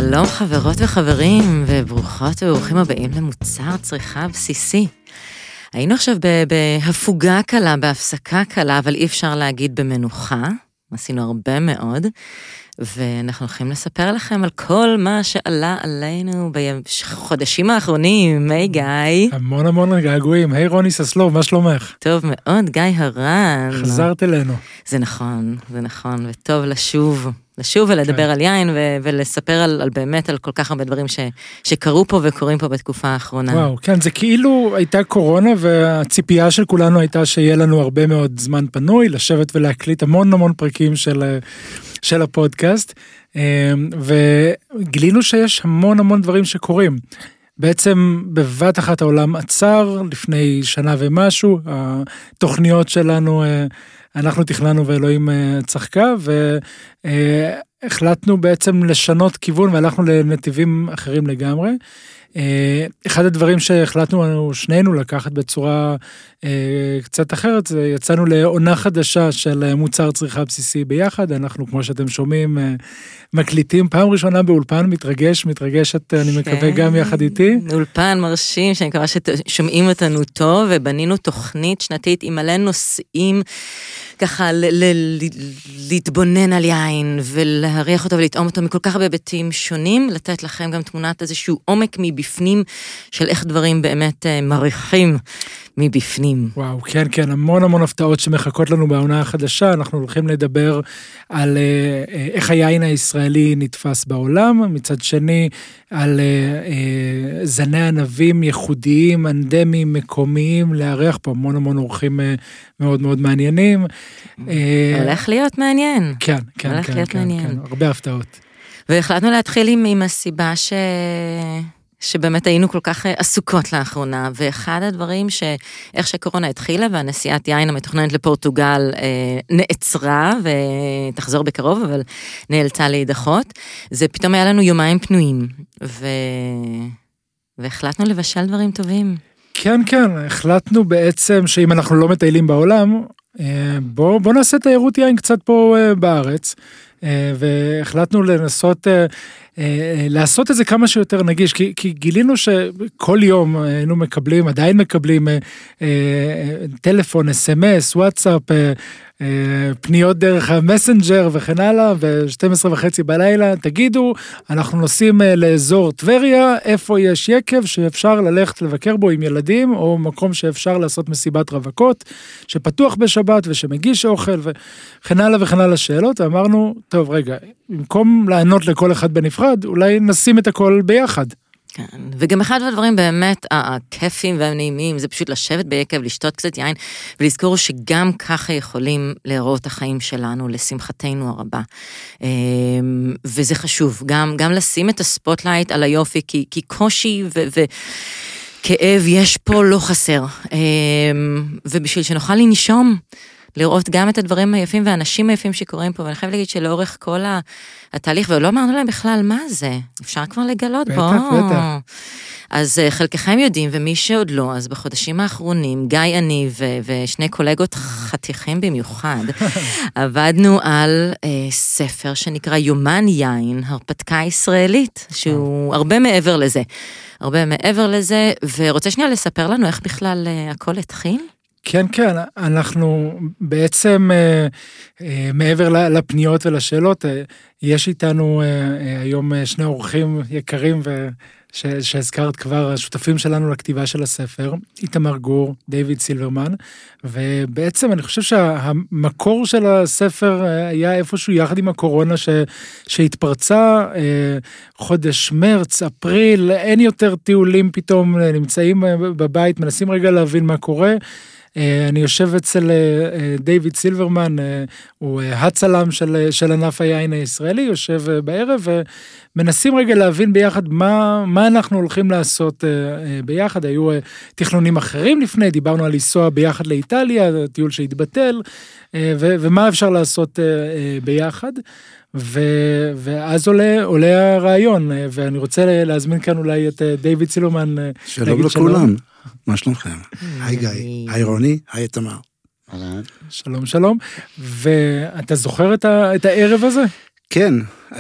שלום חברות וחברים, וברוכות וברוכים הבאים למוצר צריכה בסיסי. היינו עכשיו בהפוגה קלה, בהפסקה קלה, אבל אי אפשר להגיד במנוחה. עשינו הרבה מאוד, ואנחנו הולכים לספר לכם על כל מה שעלה עלינו בחודשים האחרונים. היי גיא. המון געגועים. היי רוני ססלוב, מה שלומך? טוב מאוד, גיא הרן. חזרת אלינו. זה נכון, וטוב לשוב ולדבר על יין, ולספר על באמת על כל כך הרבה דברים שקרו פה וקורים פה בתקופה האחרונה. וואו, כן, זה כאילו הייתה קורונה, והציפייה של כולנו הייתה שיהיה לנו הרבה מאוד זמן פנוי, לשבת ולהקליט המון פרקים של הפודקאסט, וגילינו שיש המון דברים שקורים. בעצם בבת אחת העולם עצר, לפני שנה ומשהו, התוכניות שלנו, אנחנו תכננו ואלוהים צחקה, והחלטנו בעצם לשנות כיוון, והלכנו לנתיבים אחרים לגמרי. אחד הדברים שהחלטנו שנינו לקחת בצורה קצת אחרת, זה יצאנו לעונה חדשה של מוצר צריכה בסיסי ביחד. אנחנו, כמו שאתם שומעים, מקליטים פעם ראשונה באולפן, מתרגשת, אני מקווה גם יחד איתי. אולפן מרשים, שאני מקווה ששומעים אותנו טוב, ובנינו תוכנית שנתית עם מלא נושאים, ככה להתבונן על יין, ולהריח אותו ולטעום אותו מכל כך הרבה היבטים שונים, לתת לכם גם תמונת איזשהו עומק מבפנים, של איך דברים באמת מריחים מבפנים. וואו, כן, המון הפתעות שמחכות לנו בעונה החדשה. אנחנו הולכים לדבר על איך היין הישראלי נתפס בעולם, מצד שני על זני ענבים ייחודיים, אנדמיים, מקומיים, לארח פה המון אורחים מאוד מעניינים. הולך להיות מעניין. כן, הרבה הפתעות. והחלטנו להתחיל עם הסיבה שבאמת היינו כל כך עסוקות לאחרונה, ואחד הדברים שאיך שקורונה התחילה, והנסיעת יין המתוכננת לפורטוגל נעצרה, ותחזור בקרוב, אבל נאלצה להידחות, זה פתאום היה לנו יומיים פנויים, והחלטנו לבשל דברים טובים. כן, החלטנו בעצם שאם אנחנו לא מטיילים בעולם, בוא נעשה תיירות יין קצת פה בארץ, והחלטנו לנסות לעשות את זה כמה שיותר נגיש, כי גילינו שכל יום היינו עדיין מקבלים טלפון, SMS, וואטסאפ, פניות דרך המסנג'ר וכן הלאה, ב-12:30 בלילה, תגידו, אנחנו נוסעים לאזור טבריה, איפה יש יקב שאפשר ללכת לבקר בו עם ילדים, או מקום שאפשר לעשות מסיבת רווקות, שפתוח בשבת ושמגיש אוכל, וכן הלאה שאלות, ואמרנו, טוב רגע, במקום לענות לכל אחד בנפרד, אולי נשים את הכל ביחד. כן, וגם אחד הדברים באמת הכיפים והנעימים, זה פשוט לשבת ביקב, לשתות קצת יין, ולזכור שגם ככה יכולים להראות החיים שלנו, לשמחתנו הרבה. וזה חשוב, גם לשים את הספוטלייט על היופי, כי קושי וכאב יש פה לא חסר. ובשביל שנוכל לנשום, לראות גם את הדברים היפים והאנשים היפים שקורים פה, ואני חייב להגיד שלאורך כל התהליך, ולא אמרנו להם בכלל מה זה, אפשר כבר לגלות פה. בטח. אז חלקכם יודעים, ומי שעוד לא, אז בחודשים האחרונים, גיא, אני ושני קולגות חתיכים במיוחד, עבדנו על ספר שנקרא יומן יין, הרפתקה ישראלית, שהוא הרבה מעבר לזה, ורוצה שנייה לספר לנו איך בכלל הכל התחיל? כן, אנחנו בעצם מעבר לפניות ולשאלות, יש איתנו היום שני אורחים יקרים שהזכרת כבר, השותפים שלנו לכתיבה של הספר, איתמר גור, דיוויד סילברמן, ובעצם אני חושב שהמקור של הספר היה איפשהו יחד עם הקורונה שהתפרצה, חודש מרץ, אפריל, אין יותר טיולים פתאום, נמצאים בבית, מנסים רגע להבין מה קורה, אני יושב אצל דיוויד סילברמן, הוא הצלם של ענף היין הישראלי, יושב בערב, ומנסים רגע להבין ביחד מה אנחנו הולכים לעשות ביחד. היו תכנונים אחרים לפני, דיברנו על לנסוע ביחד לאיטליה, טיול שהתבטל, ומה אפשר לעשות ביחד. ואז עולה הרעיון, ואני רוצה להזמין כאן אולי את דיוויד סילברמן. שלום לכולם. מה שלומכם? היי גיא, היי רוני, היי תמר. שלום. ואתה זוכר את הערב הזה? כן,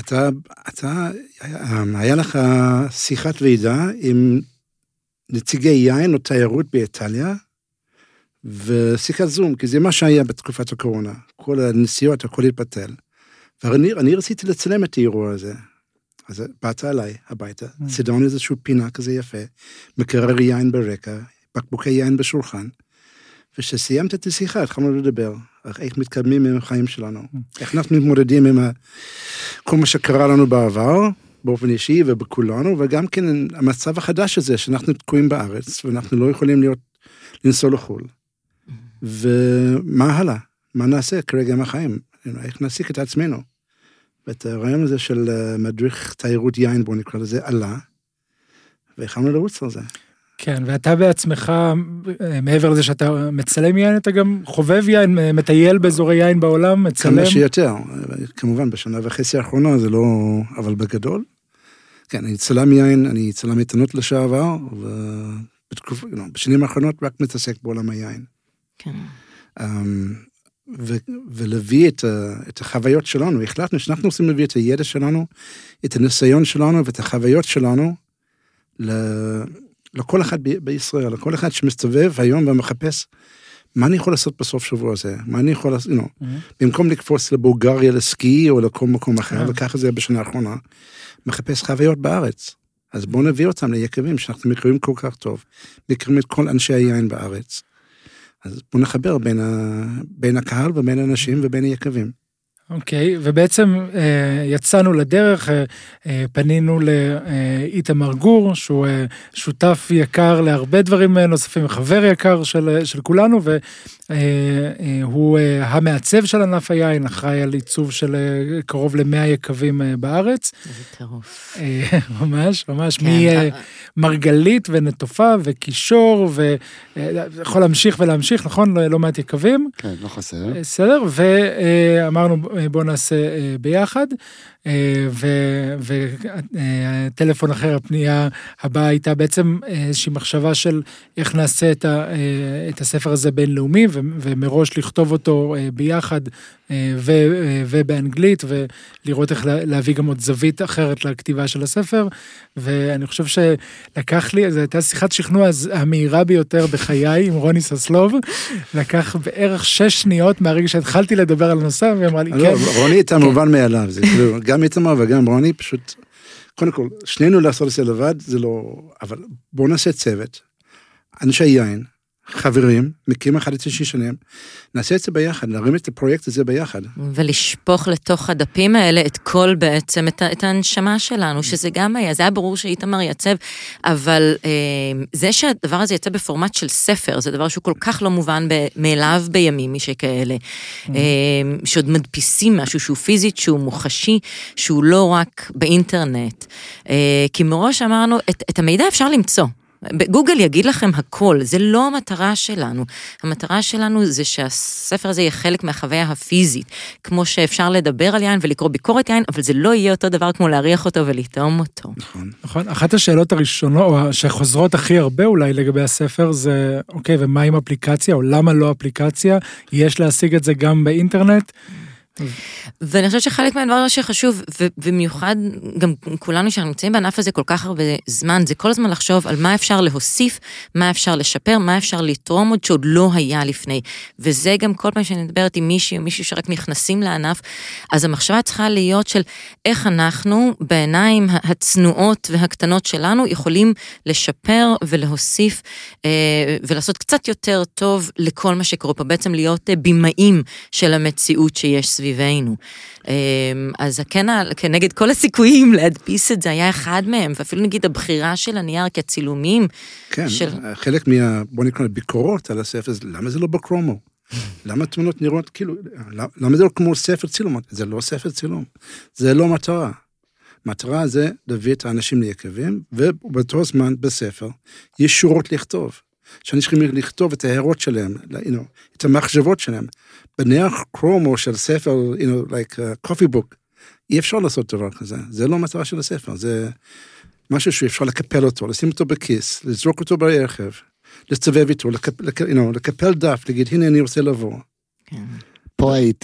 היה לך שיחת ועידה עם נציגי יין או תיירות באיטליה, ושיחת זום, כי זה מה שהיה בתקופת הקורונה. כל הנסיעות, הכל התבטל. ואני רציתי לצלם את האירוע הזה. אז באת אליי הביתה, סידון איזשהו פינה כזה יפה, מקרר יין ברקע, בקבוקי יין בשולחן, ושסיימת את השיחה, התחלנו לדבר, איך מתקדמים עם החיים שלנו, איך אנחנו מתמודדים עם כל מה שקרה לנו בעבר, באופן אישי ובכולנו, וגם כן המצב החדש הזה, שאנחנו תקועים בארץ, ואנחנו לא יכולים לנסוע לחול. ומה הלאה? מה נעשה כרגע עם החיים? איך נעסיק את עצמנו? ואת הרעיון הזה של מדריך תיירות יין, בוא נקרא לזה, עלה, והחלנו לרוץ על זה. כן, ואתה בעצמך, מעבר לזה שאתה מצלם יין, אתה גם חובב יין, מטייל באזורי יין בעולם, מצלם. כמה שיותר, כמובן בשנה וחצי האחרונה זה לא, אבל בגדול. כן, אני צלם יין, אני צלם עיתונות לשעבר, בשנים האחרונות רק מתעסק בעולם היין. כן. ולהביא את החוויות שלנו, החלטנו שאנחנו רוצים להביא את הידע שלנו, את הניסיון שלנו ואת החוויות שלנו, לכל אחד בישראל, לכל אחד שמסתובב היום ומחפש, מה אני יכול לעשות בסוף שבוע הזה? מה אני יכול לעשות, במקום לקפוץ לבולגריה לסקי, או לכל מקום אחר, וככה זה בשנה האחרונה, מחפש חוויות בארץ. אז בואו נביא אותם ליקבים, שאנחנו מכירים כל כך טוב, מכירים את כל אנשי היין בארץ. אז בואו נחבר בין הקהל ובין האנשים ובין היקבים. אוקיי, ובעצם יצאנו לדרך, פנינו לאיתמר גור, שהוא שותף יקר להרבה דברים נוספים, חבר יקר של כולנו, והוא המעצב של ענף היין, אחראי על עיצוב של קרוב ל100 יקבים בארץ. איזה טירוף. ממש, ממש, ממרגלית ונטופה וקישור, ויכול להמשיך ולהמשיך, נכון? לא מעט יקבים. כן, לא חסר. בסדר, ואמרנו בוא נעשה ביחד, וטלפון אחר, הפנייה הבאה הייתה בעצם איזושהי מחשבה של איך נעשה את הספר הזה בינלאומי, ומראש לכתוב אותו ביחד ובאנגלית, ולראות איך להביא גם עוד זווית אחרת לכתיבה של הספר, ואני חושב שלקח לי, זו הייתה שיחת שכנוע המהירה ביותר בחיי עם רוני ססלוב, לקח בערך 6 שניות מהרגע שהתחלתי לדבר על הנושא, ואמרה לי כן. רוני הייתה מובן מאליו, גם איתמר וגם רוני פשוט, קודם כל, שנינו לעשות את זה לבד, זה לא, אבל בואו נעשה צוות, אנשי יין, חברים, מכירים אחד את 6 שנים, נעשה את זה ביחד, נרים את הפרויקט הזה ביחד. ולשפוך לתוך הדפים האלה את כל בעצם, את ההנשמה שלנו, שזה גם היה, זה היה ברור שאיתמר יצב, אבל זה שהדבר הזה יצא בפורמט של ספר, זה דבר שהוא כל כך לא מובן מאליו בימים משכאלה, שעוד מדפיסים משהו שהוא פיזית, שהוא מוחשי, שהוא לא רק באינטרנט, כי מראש אמרנו, את המידע אפשר למצוא, בגוגל יגיד לכם הכל, זה לא המטרה שלנו. המטרה שלנו זה שהספר הזה יהיה חלק מהחוויה הפיזית, כמו שאפשר לדבר על יין ולקרוא ביקורת יין, אבל זה לא יהיה אותו דבר כמו להריח אותו ולטעום אותו. נכון. אחת השאלות הראשונות, או שחוזרות הכי הרבה אולי לגבי הספר, זה, אוקיי, ומה עם אפליקציה, או למה לא אפליקציה? יש להשיג את זה גם באינטרנט? ואני חושבת שחלק מהדבר שחשוב, ובמיוחד גם כולנו שנמצאים בענף הזה כל כך הרבה זמן, זה כל הזמן לחשוב על מה אפשר להוסיף, מה אפשר לשפר, מה אפשר לתרום עוד שעוד לא היה לפני. וזה גם כל פעם שאני מדברת עם מישהי או מישהו שרק נכנסים לענף, אז המחשבה צריכה להיות של איך אנחנו בעיניים הצנועות והקטנות שלנו יכולים לשפר ולהוסיף ולעשות קצת יותר טוב לכל מה שקורה פה, בעצם להיות בימאים של המציאות שיש סביבנו. אז כנגד כל הסיכויים להדפיס את זה היה אחד מהם, ואפילו נגיד הבחירה של הנייר כצילומים. כן, חלק בוא נקרא ביקורות על הספר, למה זה לא בקרומו? למה תמונות נראות כאילו, למה זה לא כמו ספר צילום? זה לא ספר צילום, זה לא מטרה. מטרה זה להביא את האנשים ליקבים, ובאותו זמן בספר יש שורות לכתוב. שאני צריכים לכתוב את ההערות שלהם, את המחשבות שלהם. בנייר קרומו של ספר, like a coffee book, אי אפשר לעשות דבר כזה. זה לא מטרה של הספר, זה משהו שאפשר לקפל אותו, לשים אותו בכיס, לזרוק אותו ברכב, לסתובב איתו, לקפל דף, להגיד, הנה אני רוצה לבוא. פה הייתי,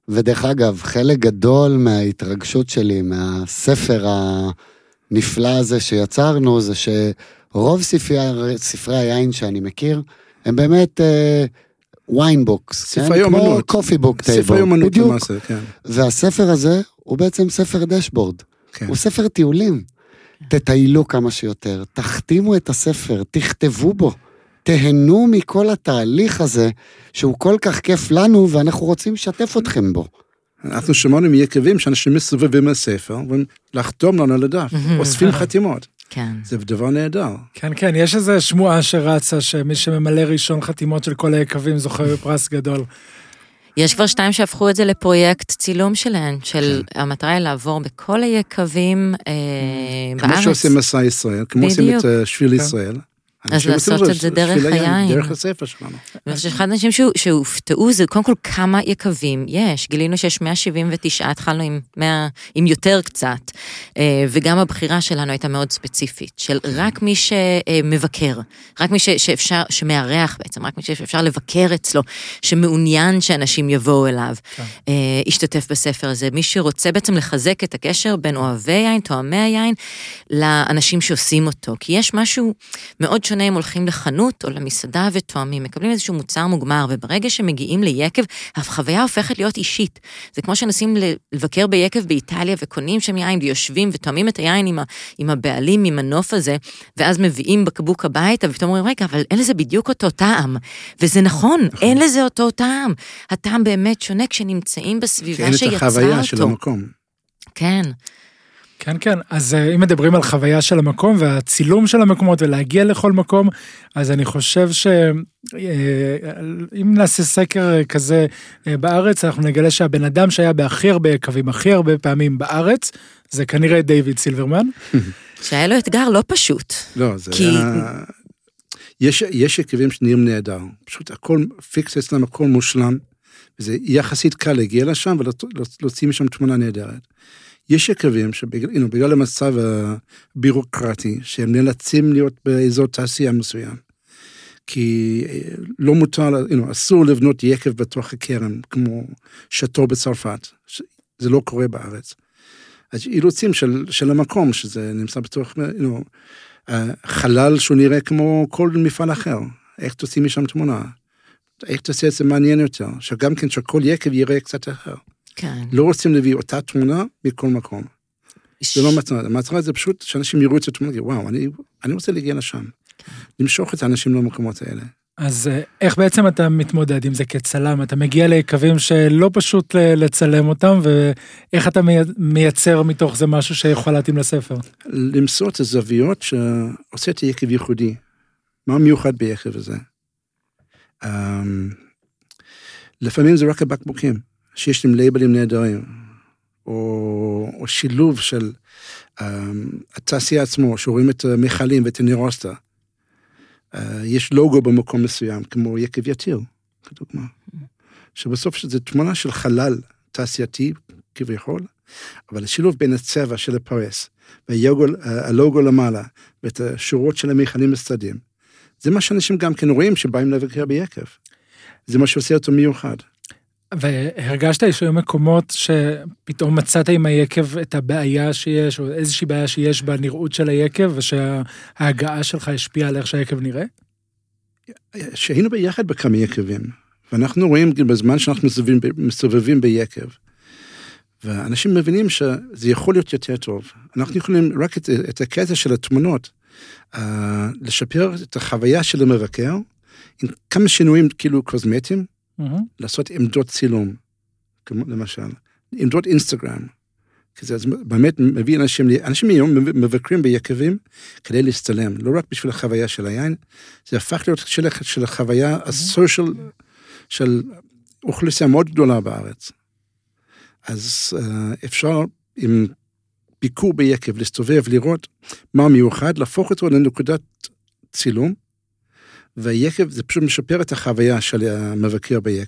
ודרך אגב, חלק גדול מההתרגשות שלי, מהספר הנפלא הזה שיצרנו, זה שרוב ספרי היין שאני מכיר, הם באמת ויינבוקס, ספרי אומנות. כמו קופי בוק טייבל. ספרי אומנות למעשה, כן. והספר הזה הוא בעצם ספר דשבורד. כן. הוא ספר טיולים. תטיילו כמה שיותר, תחתימו את הספר, תכתבו בו, תהנו מכל התהליך הזה, שהוא כל כך כיף לנו, ואנחנו רוצים לשתף אתכם בו. אנחנו שמענו מיקבים שאנשים מסובבים הספר, ולחתום לנו על הדף, אוספים חתימות. כן. זה דבר נהדר. כן, כן, יש איזו שמועה שרצה, שמי שממלא ראשון חתימות של כל היקבים זוכה בפרס גדול. יש כבר 2 שהפכו את זה לפרויקט צילום שלהן, של המטרה היא לעבור בכל היקבים בארץ. כמו שעושים מסע ישראל, כמו עושים את שביל ישראל. אז לעשות את זה דרך היין. דרך הספר שלנו. ואני חושבת שאחד האנשים שהופתעו זה קודם כל כמה יקבים יש. גילינו שיש 179, התחלנו עם יותר קצת, וגם הבחירה שלנו הייתה מאוד ספציפית, של רק מי שמבקר, רק מי שאפשר, שמארח בעצם, רק מי שאפשר לבקר אצלו, שמעוניין שאנשים יבואו אליו, ישתתף בספר הזה. מי שרוצה בעצם לחזק את הקשר בין אוהבי יין, תואמי היין, לאנשים שעושים אותו. כי יש משהו מאוד שונה אם הולכים לחנות או למסעדה ותואמים, מקבלים איזשהו מוצר מוגמר, וברגע שמגיעים ליקב, החוויה הופכת להיות אישית. זה כמו שנשים לבקר ביקב באיטליה, וקונים שם יין, ויושבים ותואמים את היין עם הבעלים, עם הנוף הזה, ואז מביאים בקבוק הביתה, ופתאום אומרים, רגע, אבל אין לזה בדיוק אותו טעם. וזה נכון, אין לזה אותו טעם. הטעם באמת שונה כשנמצאים בסביבה שיצרה אותו. כי אין את החוויה של המקום. כן. כן, כן, אז אם מדברים על חוויה של המקום והצילום של המקומות ולהגיע לכל מקום, אז אני חושב שאם נעשה סקר כזה בארץ, אנחנו נגלה שהבן אדם שהיה בהכי הרבה יקבים, הכי הרבה פעמים בארץ, זה כנראה דיוויד סילברמן. שהיה לו אתגר לא פשוט. לא, זה יש יקבים שנראים נהדר, פשוט הכל פיקס אצלם, הכל מושלם, וזה יחסית קל להגיע לשם ולהוציא משם תמונה נהדרת. יש יקבים שבגלל המצב הבירוקרטי, שהם נאלצים להיות באזור תעשייה מסוים, כי לא מותר, אסור לבנות יקב בתוך הכרם, כמו שטו בצרפת, זה לא קורה בארץ. אז אילוצים של המקום, שזה נמצא בתוך, חלל שהוא נראה כמו כל מפעל אחר, איך תוציא משם תמונה, איך תעשה את זה מעניין יותר, שגם כן שכל יקב יראה קצת אחר. כן. לא רוצים להביא אותה תמונה מכל מקום. זה לא מטרה, המטרה זה פשוט שאנשים יראו את התמונה, וואו, אני רוצה להגיע לשם. למשוך את האנשים למקומות האלה. אז איך בעצם אתה מתמודד עם זה כצלם? אתה מגיע ליקבים שלא פשוט לצלם אותם, ואיך אתה מייצר מתוך זה משהו שיכול להתאים לספר? למצוא את הזוויות שעושה את היקב ייחודי. מה מיוחד ביקב הזה? לפעמים זה רק הבקבוקים. שיש להם לייבלים נהדרים, או שילוב של התעשייה עצמו, שרואים את המחלים ואת הנירוסטה. יש לוגו במקום מסוים, כמו יקב יתיר, כדוגמה. שבסוף שזה תמונה של חלל תעשייתי, כביכול, אבל השילוב בין הצבע של הפרס, והלוגו למעלה, ואת השורות של המחלים בצדדים, זה מה שאנשים גם כן רואים שבאים לבקר ביקב. זה מה שעושה אותו מיוחד. והרגשת שהיו מקומות שפתאום מצאת עם היקב את הבעיה שיש, או איזושהי בעיה שיש בנראות של היקב, ושההגעה שלך השפיעה על איך שהיקב נראה? שהיינו ביחד בכמה יקבים, ואנחנו רואים בזמן שאנחנו מסובבים ביקב, ואנשים מבינים שזה יכול להיות יותר טוב. אנחנו יכולים רק את הקטע של התמונות, לשפר את החוויה של המבקר, עם כמה שינויים כאילו קוסמטיים, לעשות עמדות צילום, כמו למשל, עמדות אינסטגרם, כי זה באמת מביא אנשים היום מבקרים ביקבים כדי להסתלם, לא רק בשביל החוויה של היין, זה הפך להיות של החוויה הסושיאל של אוכלוסייה מאוד גדולה בארץ. אז אפשר עם ביקור ביקב להסתובב, לראות מה מיוחד, להפוך אותו לנקודת צילום, והיקב זה פשוט משפר את החוויה של המבקר ביקב,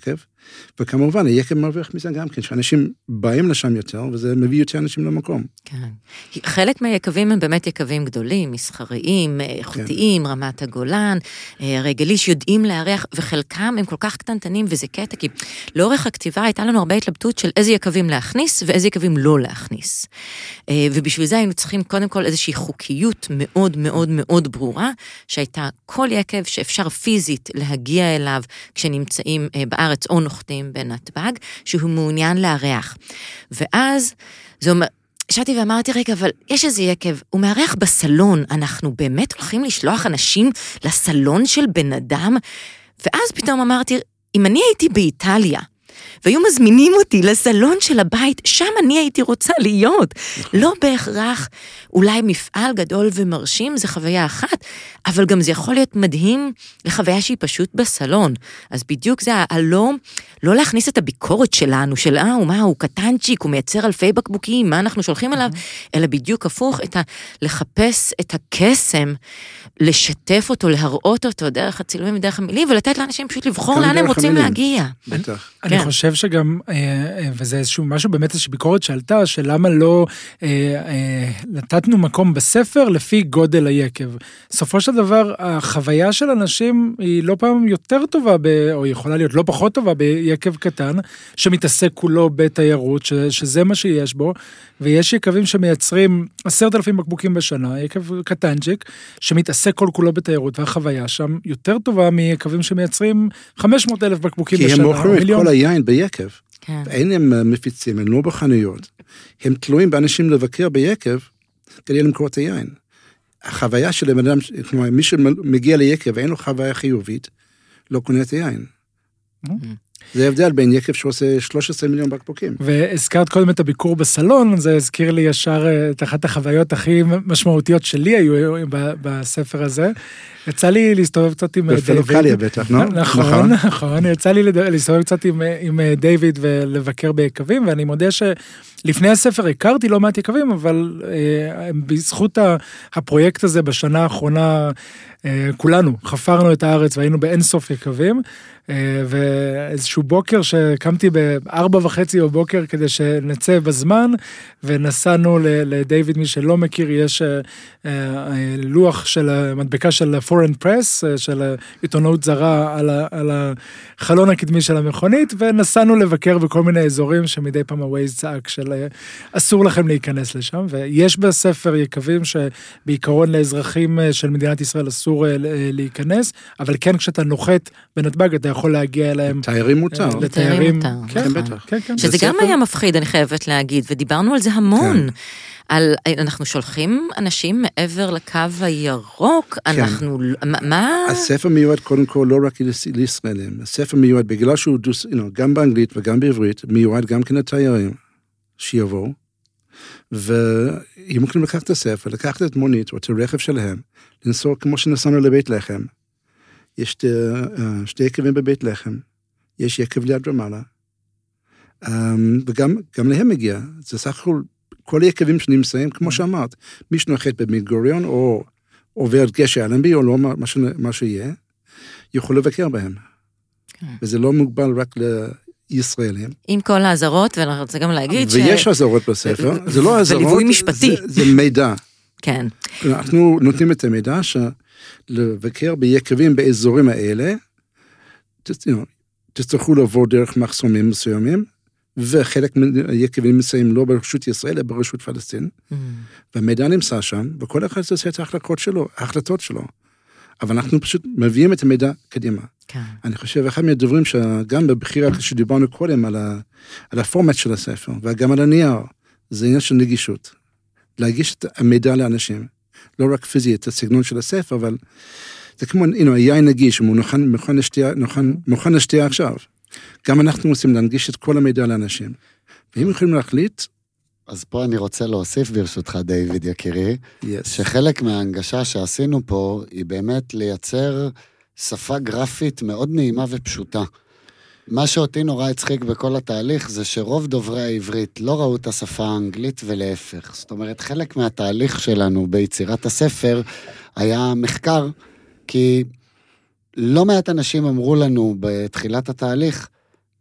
וכמובן, היקב מרוויח מזה גם כן, שאנשים באים לשם יותר, וזה מביא יותר אנשים למקום. כן. חלק מהיקבים הם באמת יקבים גדולים, מסחריים, איכותיים, רמת הגולן, רגליש יודעים לארח, וחלקם הם כל כך קטנטנים, וזה קטע, כי לאורך הכתיבה הייתה לנו הרבה התלבטות של איזה יקבים להכניס, ואיזה יקבים לא להכניס. ובשביל זה היינו צריכים קודם כל איזושהי חוקיות מאוד מאוד מאוד ברורה, שהייתה כל יקב שאפשר פיזית להגיע אליו, כשנמצאים בארץ או נוחתים בנתב"ג, שהוא מעוניין לארח. ואז זה אומר, שאתי ואמרתי, רגע, אבל יש איזה יקב, הוא מארח בסלון, אנחנו באמת הולכים לשלוח אנשים לסלון של בן אדם? ואז פתאום אמרתי, אם אני הייתי באיטליה, והיו מזמינים אותי לסלון של הבית, שם אני הייתי רוצה להיות. לא בהכרח, אולי מפעל גדול ומרשים, זה חוויה אחת, אבל גם זה יכול להיות מדהים לחוויה שהיא פשוט בסלון. אז בדיוק זה לא להכניס את הביקורת שלנו, של הוא קטנצ'יק, הוא מייצר אלפי בקבוקים, מה אנחנו שולחים עליו, אלא בדיוק הפוך, לחפש את הקסם, לשתף אותו, להראות אותו דרך הצילומים ודרך המילים, ולתת לאנשים פשוט לבחור לאן הם רוצים להגיע. בטח. אני חושב שגם, וזה איזשהו משהו, באמת איזושהי ביקורת שעלתה, שלמה לא נתתנו מקום בספר לפי גודל היקב. בסופו של דבר, החוויה של אנשים היא לא פעם יותר טובה, או יכולה להיות לא פחות טובה ביקב קטן, שמתעסק כולו בתיירות, שזה מה שיש בו, ויש יקבים שמייצרים 10,000 בקבוקים בשנה, יקב קטנצ'יק, שמתעסק כל כולו בתיירות, והחוויה שם יותר טובה מיקבים שמייצרים 500,000 בקבוקים בשנה. כי הם מוכרים את כל היין ביקב. אין הם מפיצים, הם לא בחנויות. הם תלויים באנשים לבקר ביקב, כדי למכור את היין. החוויה של אדם, כלומר, מי שמגיע ליקב ואין לו חוויה חיובית, לא קונה את היין. זה הבדל בין יקב שעושה 13 מיליון בקבוקים. והזכרת קודם את הביקור בסלון, זה הזכיר לי ישר את אחת החוויות הכי משמעותיות שלי היו בספר הזה. יצא לי להסתובב קצת עם דיוויד. בפלוקליה בטח, לא? נכון. יצא לי להסתובב קצת עם דיוויד ולבקר ביקבים, ואני מודה שלפני הספר הכרתי לא מעט יקבים, אבל בזכות הפרויקט הזה בשנה האחרונה, כולנו חפרנו את הארץ והיינו באינסוף יקבים, ואיזשהו בוקר שקמתי ב4:30 בבוקר כדי שנצא בזמן, ונסענו לדיוויד, מי שלא מכיר, יש לוח של מדבקה של foreign press, של עיתונות זרה על החלון הקדמי של המכונית, ונסענו לבקר בכל מיני אזורים שמדי פעם הווייז צעק של אסור לכם להיכנס לשם, ויש בספר יקבים שבעיקרון לאזרחים של מדינת ישראל אסור להיכנס, אבל כן כשאתה נוחת בנתב"ג אתה יכול להגיע אליהם. תיירים מותר. לתיירים מותר. כן, בטח. שזה גם היה מפחיד, אני חייבת להגיד, ודיברנו על זה המון. אנחנו שולחים אנשים מעבר לקו הירוק, אנחנו, מה? הספר מיועד קודם כל לא רק לישראלים, הספר מיועד בגלל שהוא גם באנגלית וגם בעברית, מיועד גם כן לתיירים שיבואו, והם יכולים לקחת את הספר, לקחת את מונית או את הרכב שלהם, לנסוע כמו שנסענו לבית לחם. יש שתי יקבים בבית לחם, יש יקב ליד רמאללה, וגם להם מגיע, זה סך הכל, כל היקבים שנמצאים, כמו שאמרת, מי שנוחת בבן גוריון, או עובר את גשר אלנבי, או לא מה שיהיה, יכול לבקר בהם. וזה לא מוגבל רק לישראלים. עם כל העזרות, ואני רוצה גם להגיד ויש עזרות בספר, זה לא עזרות, וליווי משפטי. זה מידע. כן. אנחנו נותנים את המידע, שלבקר ביקבים באזורים האלה, תצטרכו לעבור דרך מחסומים מסוימים, וחלק מהיקבים נמצאים לא ברשות ישראל, אלא ברשות פלסטין, והמידע נמצא שם, וכל אחד עושה את ההחלטות שלו. אבל אנחנו פשוט מביאים את המידע קדימה. אני חושב, אחד מהדברים שגם בבחירה, כשדיברנו קודם על הפורמט של הספר, וגם על הנייר, זה עניין של נגישות. להגיש את המידע לאנשים, לא רק פיזי, את הסגנון של הספר, אבל זה כמו, היין נגיש, הוא מוכן לשתייה עכשיו. גם אנחנו רוצים להנגיש את כל המידע לאנשים. ואם יכולים להחליט... אז פה אני רוצה להוסיף ברשותך, דיוויד יקירי, שחלק מההנגשה שעשינו פה, היא באמת לייצר שפה גרפית מאוד נעימה ופשוטה. מה שאותי נורא הצחיק בכל התהליך, זה שרוב דוברי העברית לא ראו את השפה האנגלית ולהפך. זאת אומרת, חלק מהתהליך שלנו ביצירת הספר, היה מחקר, כי לא מעט אנשים אמרו לנו בתחילת התהליך,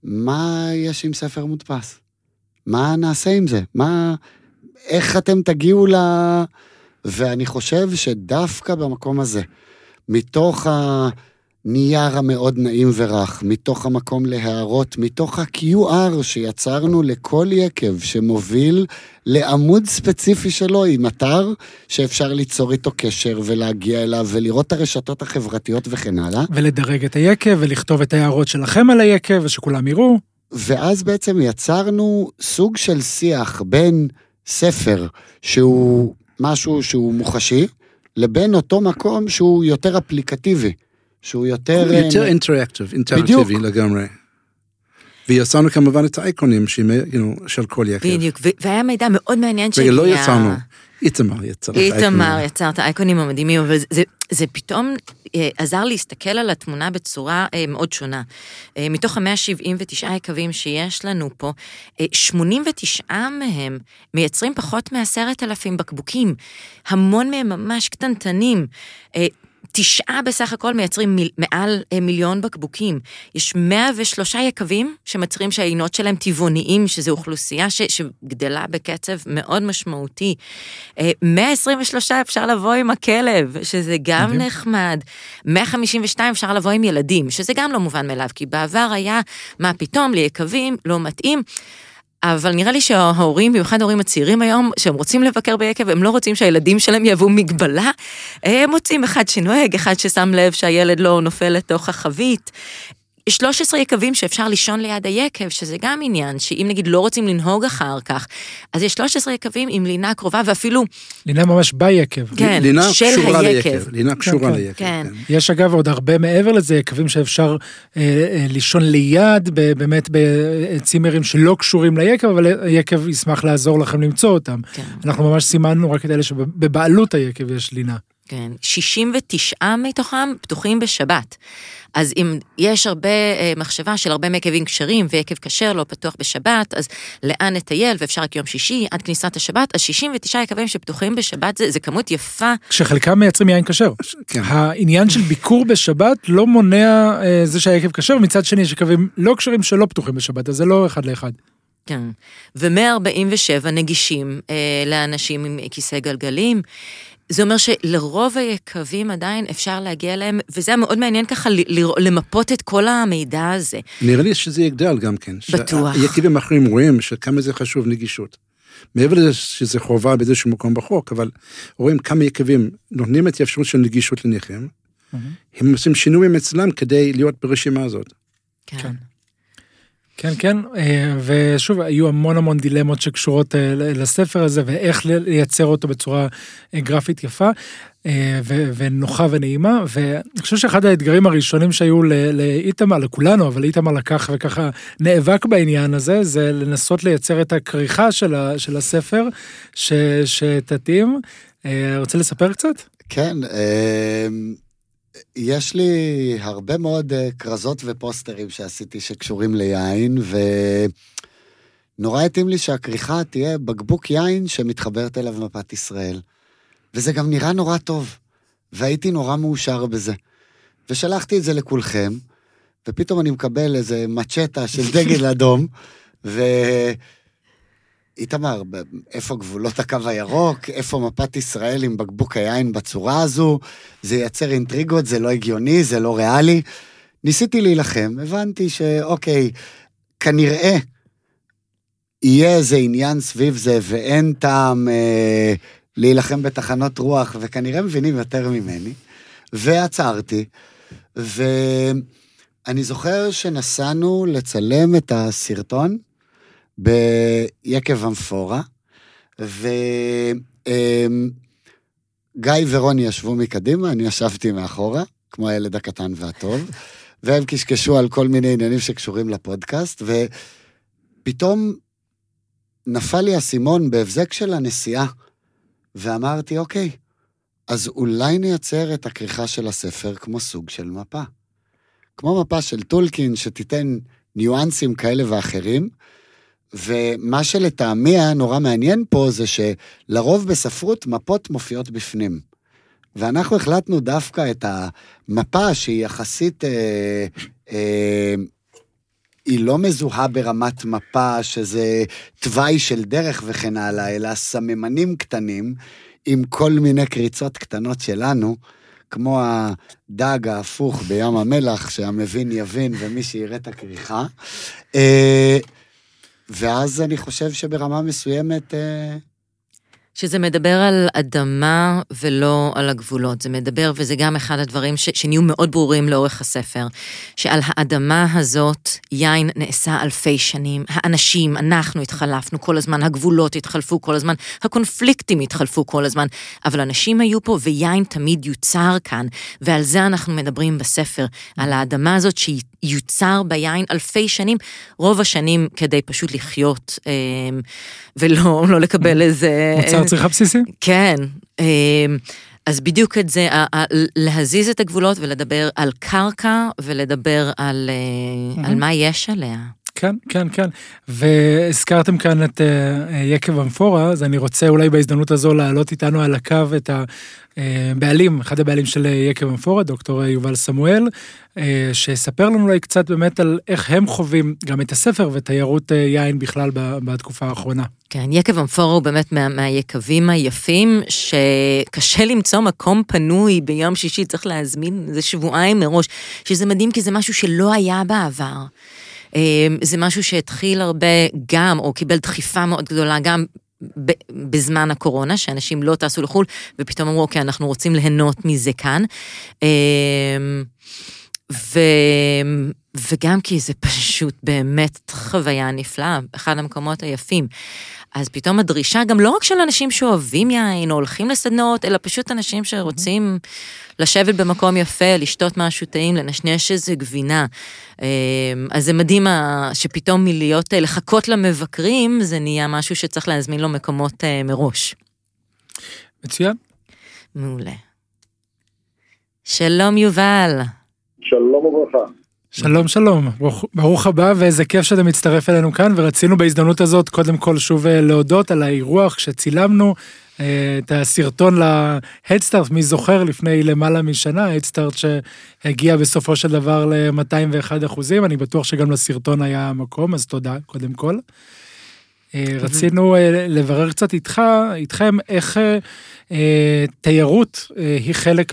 מה יש עם ספר מודפס? מה נעשה עם זה? איך אתם תגיעו ואני חושב שדווקא במקום הזה, מתוך הנייר המאוד נעים ורח, מתוך המקום להערות, מתוך ה-QR שיצרנו לכל יקב שמוביל לעמוד ספציפי שלו עם אתר שאפשר ליצור איתו קשר ולהגיע אליו ולראות את הרשתות החברתיות וכן הלאה. ולדרג את היקב ולכתוב את ההערות שלכם על היקב ושכולם יראו. ואז בעצם יצרנו סוג של שיח בין ספר שהוא משהו שהוא מוחשי, לבין אותו מקום שהוא יותר אפליקטיבי, שהוא יותר אינטראקטיבי לגמרי. ויצרנו כמובן את האייקונים של כל יקב. בדיוק, והיה מידע מאוד מעניין ולא יצרנו, איתמר יצר את האייקונים. איתמר יצר את האייקונים המדהימים, אבל זה פתאום עזר להסתכל על התמונה בצורה מאוד שונה. מתוך 179 יקבים שיש לנו פה, 89 מהם מייצרים פחות מ10,000 בקבוקים, המון מהם ממש קטנטנים, 9 בסך הכל מייצרים מעל 1,000,000 בקבוקים. יש 103 יקבים שמצרים שהעינות שלהם טבעוניים, שזו אוכלוסייה שגדלה בקצב מאוד משמעותי. 123 אפשר לבוא עם הכלב, שזה גם נחמד. 152 אפשר לבוא עם ילדים, שזה גם לא מובן מאליו, כי בעבר היה מה פתאום ליקבים, לא מתאים. אבל נראה לי שההורים, במיוחד ההורים הצעירים היום, שהם רוצים לבקר ביקב, הם לא רוצים שהילדים שלהם יהוו מגבלה, הם מוצאים אחד שנוהג, אחד ששם לב שהילד לא נופל לתוך החבית. 13 יקבים שאפשר לישון ליד היקב, שזה גם עניין, שאם נגיד לא רוצים לנהוג אחר כך, אז יש 13 יקבים עם לינה קרובה, ואפילו... לינה ממש ביקב. כן, של היקב. לינה קשורה ליקב. כן. יש אגב עוד הרבה מעבר לזה, יקבים שאפשר לישון ליד, באמת בצימרים שלא קשורים ליקב, אבל היקב ישמח לעזור לכם למצוא אותם. אנחנו ממש סימנו רק את אלה שבבעלות היקב יש לינה. כן, 69 מתוכם פתוחים בשבת. אז אם יש הרבה מחשבה של הרבה מיקבים כשרים, ויקב כשר לא פתוח בשבת, אז לאן נטייל, ואפשר רק יום שישי, עד כניסת השבת, אז 69 יקבים שפתוחים בשבת, זה כמות יפה. כשחלקם מייצרים יין כשר. כן. העניין של ביקור בשבת לא מונע זה שהיקב כשר, מצד שני יש יקבים לא כשרים שלא פתוחים בשבת, אז זה לא אחד לאחד. כן, ו147 נגישים לאנשים עם כיסא גלגלים, זה אומר שלרוב היקבים עדיין אפשר להגיע אליהם, וזה היה מאוד מעניין ככה למפות את כל המידע הזה. נראה לי שזה יגדל גם כן. בטוח. יקבים אחרים רואים שכמה זה חשוב נגישות. מעבר לזה שזה חובה באיזשהו מקום בחוק, אבל רואים כמה יקבים נותנים את האפשרות של נגישות לנכים, הם עושים שינויים אצלם כדי להיות ברשימה הזאת. כן. כן, כן, ושוב, היו המון דילמות שקשורות לספר הזה, ואיך לייצר אותו בצורה גרפית יפה, ונוחה ונעימה, ואני חושב שאחד האתגרים הראשונים שהיו לאיתמר, לכולנו, אבל איתמר לקח וככה נאבק בעניין הזה, זה לנסות לייצר את הכריכה של הספר, שתתאים. רוצה לספר קצת? כן, יש לי הרבה מאוד קרזות ופוסטרים שעשיתי שקשורים ליין, ונורא התאים לי שהכריכה תהיה בקבוק יין שמתחברת אליו מפת ישראל. וזה גם נראה נורא טוב, והייתי נורא מאושר בזה. ושלחתי את זה לכולכם, ופתאום אני מקבל איזה מצ'טה של דגל אדום, איתמר, איפה גבולות הקו הירוק, איפה מפת ישראל עם בקבוק היין בצורה הזו, זה ייצר אינטריגות, זה לא הגיוני, זה לא ריאלי. ניסיתי להילחם, הבנתי שאוקיי, כנראה יהיה איזה עניין סביב זה, ואין טעם להילחם בתחנות רוח, וכנראה מבינים יותר ממני, ועצרתי, ואני זוכר שנסענו לצלם את הסרטון, ביקב אמפורה, וגיא ורוני ישבו מקדימה, אני ישבתי מאחורה, כמו הילד הקטן והטוב, והם קשקשו על כל מיני עניינים שקשורים לפודקאסט, ופתאום נפל לי הסימון בהבזק של הנסיעה, ואמרתי, אוקיי, אז אולי נייצר את הכריכה של הספר כמו סוג של מפה. כמו מפה של טולקין, שתיתן ניואנסים כאלה ואחרים, ומה שלטעמי היה נורא מעניין פה, זה שלרוב בספרות מפות מופיעות בפנים. ואנחנו החלטנו דווקא את המפה שהיא יחסית היא לא מזוהה ברמת מפה, שזה תוואי של דרך וכן הלאה, אלא סממנים קטנים, עם כל מיני קריצות קטנות שלנו, כמו הדג ההפוך בים המלח, שהמבין יבין ומי שיראה את הכריכה. ואז אני חושב שברמה מסוימת... שזה מדבר על אדמה ולא על הגבולות, זה מדבר, וזה גם אחד הדברים שנהיו מאוד ברורים לאורך הספר, שעל האדמה הזאת יין נעשה אלפי שנים, האנשים, אנחנו התחלפנו כל הזמן, הגבולות התחלפו כל הזמן, הקונפליקטים התחלפו כל הזמן, אבל אנשים היו פה ויין תמיד יוצר כאן, ועל זה אנחנו מדברים בספר, על האדמה הזאת שיוצר ביין אלפי שנים, רוב השנים כדי פשוט לחיות, ולא לקבל איזה... מוצר צריכה בסיסי? כן, אז בדיוק את זה, להזיז את הגבולות ולדבר על קרקע, ולדבר על מה יש עליה. כן, כן, כן. והזכרתם כאן את יקב אמפורה, אז אני רוצה אולי בהזדמנות הזו להעלות איתנו על הקו את הבעלים, אחד הבעלים של יקב אמפורה, דוקטור יובל סמואל, שיספר לנו אולי קצת באמת על איך הם חווים גם את הספר ותיירות יין בכלל בתקופה האחרונה. כן, יקב אמפורה הוא באמת מהיקבים היפים, שקשה למצוא מקום פנוי ביום שישי, צריך להזמין, זה שבועיים מראש, שזה מדהים כי זה משהו שלא היה בעבר. זה משהו שהתחיל הרבה גם, או קיבל דחיפה מאוד גדולה, גם בזמן הקורונה, שאנשים לא טסו לחול, ופתאום אמרו, אוקיי, אנחנו רוצים ליהנות מזה כאן. וגם כי זה פשוט באמת חוויה נפלאה, אחד המקומות היפים. אז פתאום הדרישה, גם לא רק של אנשים שאוהבים יין, או הולכים לסדנות, אלא פשוט אנשים שרוצים לשבת במקום יפה, לשתות משהו טעים, לנשנש איזה גבינה. אז זה מדהים שפתאום מלהיות, לחכות למבקרים, זה נהיה משהו שצריך להזמין לו מקומות מראש. מצוין. מעולה. שלום יובל. שלום וברכה. שלום, שלום, ברוך הבא, ואיזה כיף שאתה מצטרף אלינו כאן, ורצינו בהזדמנות הזאת קודם כל שוב להודות על האירוח שצילמנו את הסרטון להדסטארט, מי זוכר לפני למעלה משנה, ההדסטארט שהגיע בסופו של דבר ל-201%, אני בטוח שגם לסרטון היה מקום, אז תודה קודם כל. רצינו לברר קצת איתכם איך תיירות היא חלק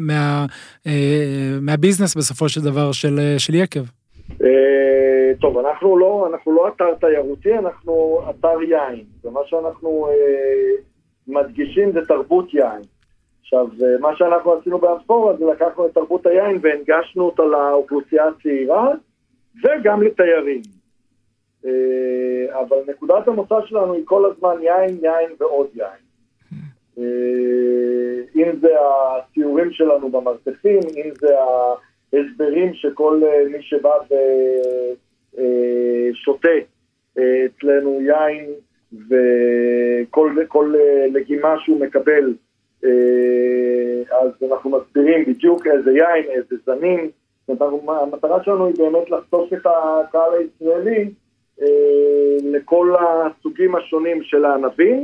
מהביזנס בסופו של דבר של יקב. טוב, אנחנו לא אתר תיירותי, אנחנו אתר יין. ומה שאנחנו מדגישים זה תרבות יין. עכשיו, מה שאנחנו עשינו באמפורה זה לקחנו את תרבות היין והנגשנו אותה לאוכלוסייה הצעירה וגם לתיירים. אבל נקודת המוצא שלנו היא כל הזמן יין ועוד יין. אם זה הציורים שלנו במרתפים, אם זה ההסברים שכל מי שבא ושותה אצלנו יין, וכל לגימה שהוא מקבל, אז אנחנו מסבירים בדיוק איזה יין, איזה זנים. המטרה שלנו היא באמת לחשוף את הקהל הישראלי לכל הסוגים השונים של הענבים,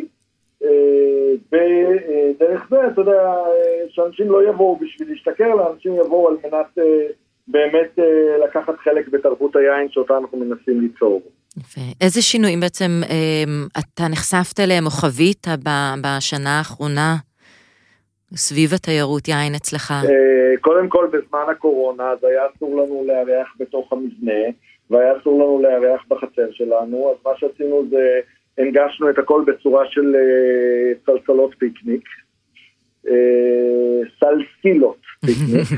ודרך זה, אתה יודע, שאנשים לא יבואו בשביל להשתכר, לאנשים יבואו על מנת באמת לקחת חלק בתרבות היין שאותה אנחנו מנסים ליצור. איזה שינויים בעצם אתה נחשפת אליהם או חווית בשנה האחרונה סביב התיירות יין אצלך? קודם כל, בזמן הקורונה, אז היה אסור לנו לארח בתוך המבנה, והיה אסור לנו לארח בחצר שלנו, אז מה שעשינו זה הנגשנו את הכל בצורה של סלסלות פיקניק, סלסילות פיקניק,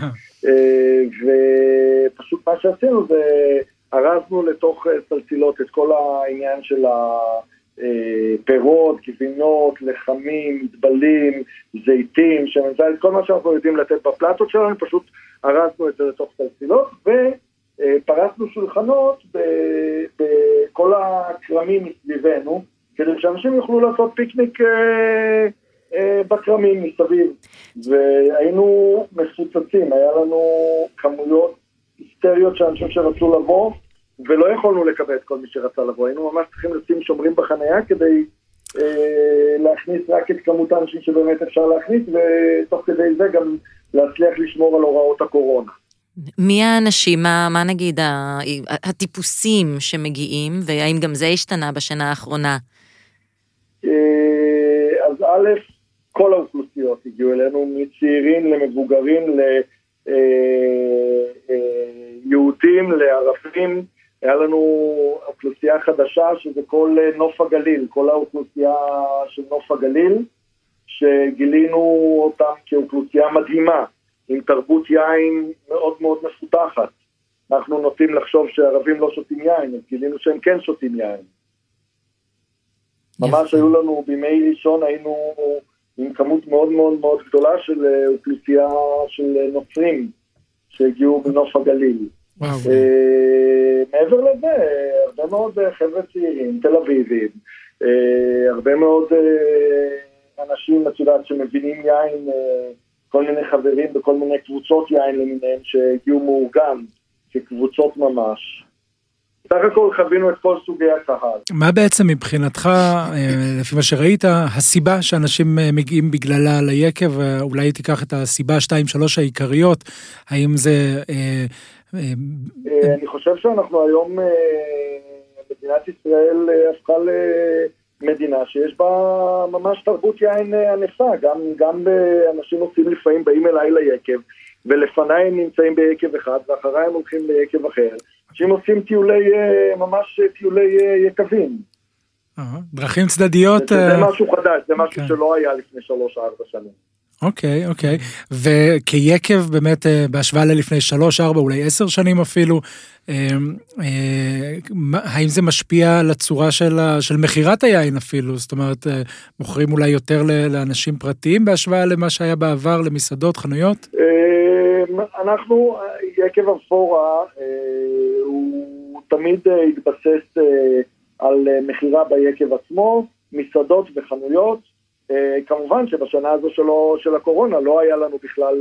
ופשוט מה שעשינו זה ארזנו לתוך סלסילות את כל העניין של הפירות, גבינות, לחמים, מדבלים, זיתים, שמנזל, כל מה שאנחנו יודעים לתת בפלטות שלנו, פשוט ארזנו את זה לתוך סלסילות, ופרסנו שולחנות בכל הקרמים מסביבנו, כדי שאנשים יוכלו לעשות פיקניק בקרמים מסביב. והיינו מפוצצים, היה לנו כמויות היסטריות של אנשים שרצו לבוא, ולא יכולנו לקבל את כל מי שרצה לבוא. היינו ממש צריכים לשים שומרים בחניה כדי להכניס רק את כמות האנשים שבאמת אפשר להכניס, ותוך כדי זה גם להצליח לשמור על הוראות הקורונה. מי האנשים, מה נגיד, הטיפוסים שמגיעים, והאם גם זה השתנה בשנה האחרונה? אז א', כל האוכלוסיות הגיעו אלינו, מצעירים למבוגרים, ליהודים, לערבים. היה לנו אוכלוסייה חדשה, שזה כל נוף הגליל, כל האוכלוסייה של נוף הגליל, שגילינו אותם כאוכלוסייה מדהימה, עם תרבות יין מאוד מאוד מפותחת. אנחנו נוטים לחשוב שערבים לא שותים יין, אז גילינו שהם כן שותים יין. ממש היו לנו בימי ראשון, היינו עם כמות מאוד מאוד מאוד גדולה של אוכלוסייה של נוצרים שהגיעו בנוף הגליל. מעבר לזה, הרבה מאוד חבר'ה צעירים, תל אביבים, הרבה מאוד אנשים, את יודעת, שמבינים יין, כל מיני חברים בכל מיני קבוצות יין למיניהם שהגיעו מאורגן, כקבוצות ממש. סך הכל חווינו את כל סוגי הקהל. מה בעצם מבחינתך, לפי מה שראית, הסיבה שאנשים מגיעים בגללה ליקב, אולי תיקח את הסיבה 2-3 העיקריות, האם זה... אני חושב שאנחנו היום, מדינת ישראל הפכה למדינה שיש בה ממש תרבות יין ענפה, גם אנשים עושים לפעמים באים אליי ליקב, ולפניי הם נמצאים ביקב אחד, ואחריי הם הולכים ליקב אחר, שהם עושים ממש טיולי יקבים. דרכים צדדיות. זה משהו חדש, זה משהו שלא היה לפני 3-4 שנים. אוקיי. וכיקב באמת בהשוואה ללפני 3-4, אולי 10 שנים אפילו, האם זה משפיע על הצורה של מחירת היין אפילו? זאת אומרת, מוכרים אולי יותר לאנשים פרטיים בהשוואה למה שהיה בעבר, למסעדות, חנויות? אנחנו, יקב אמפורה, הוא תמיד התבסס על מחירה ביקב עצמו, מסעדות וחנויות. כמובן שבשנה הזו של הקורונה לא היה לנו בכלל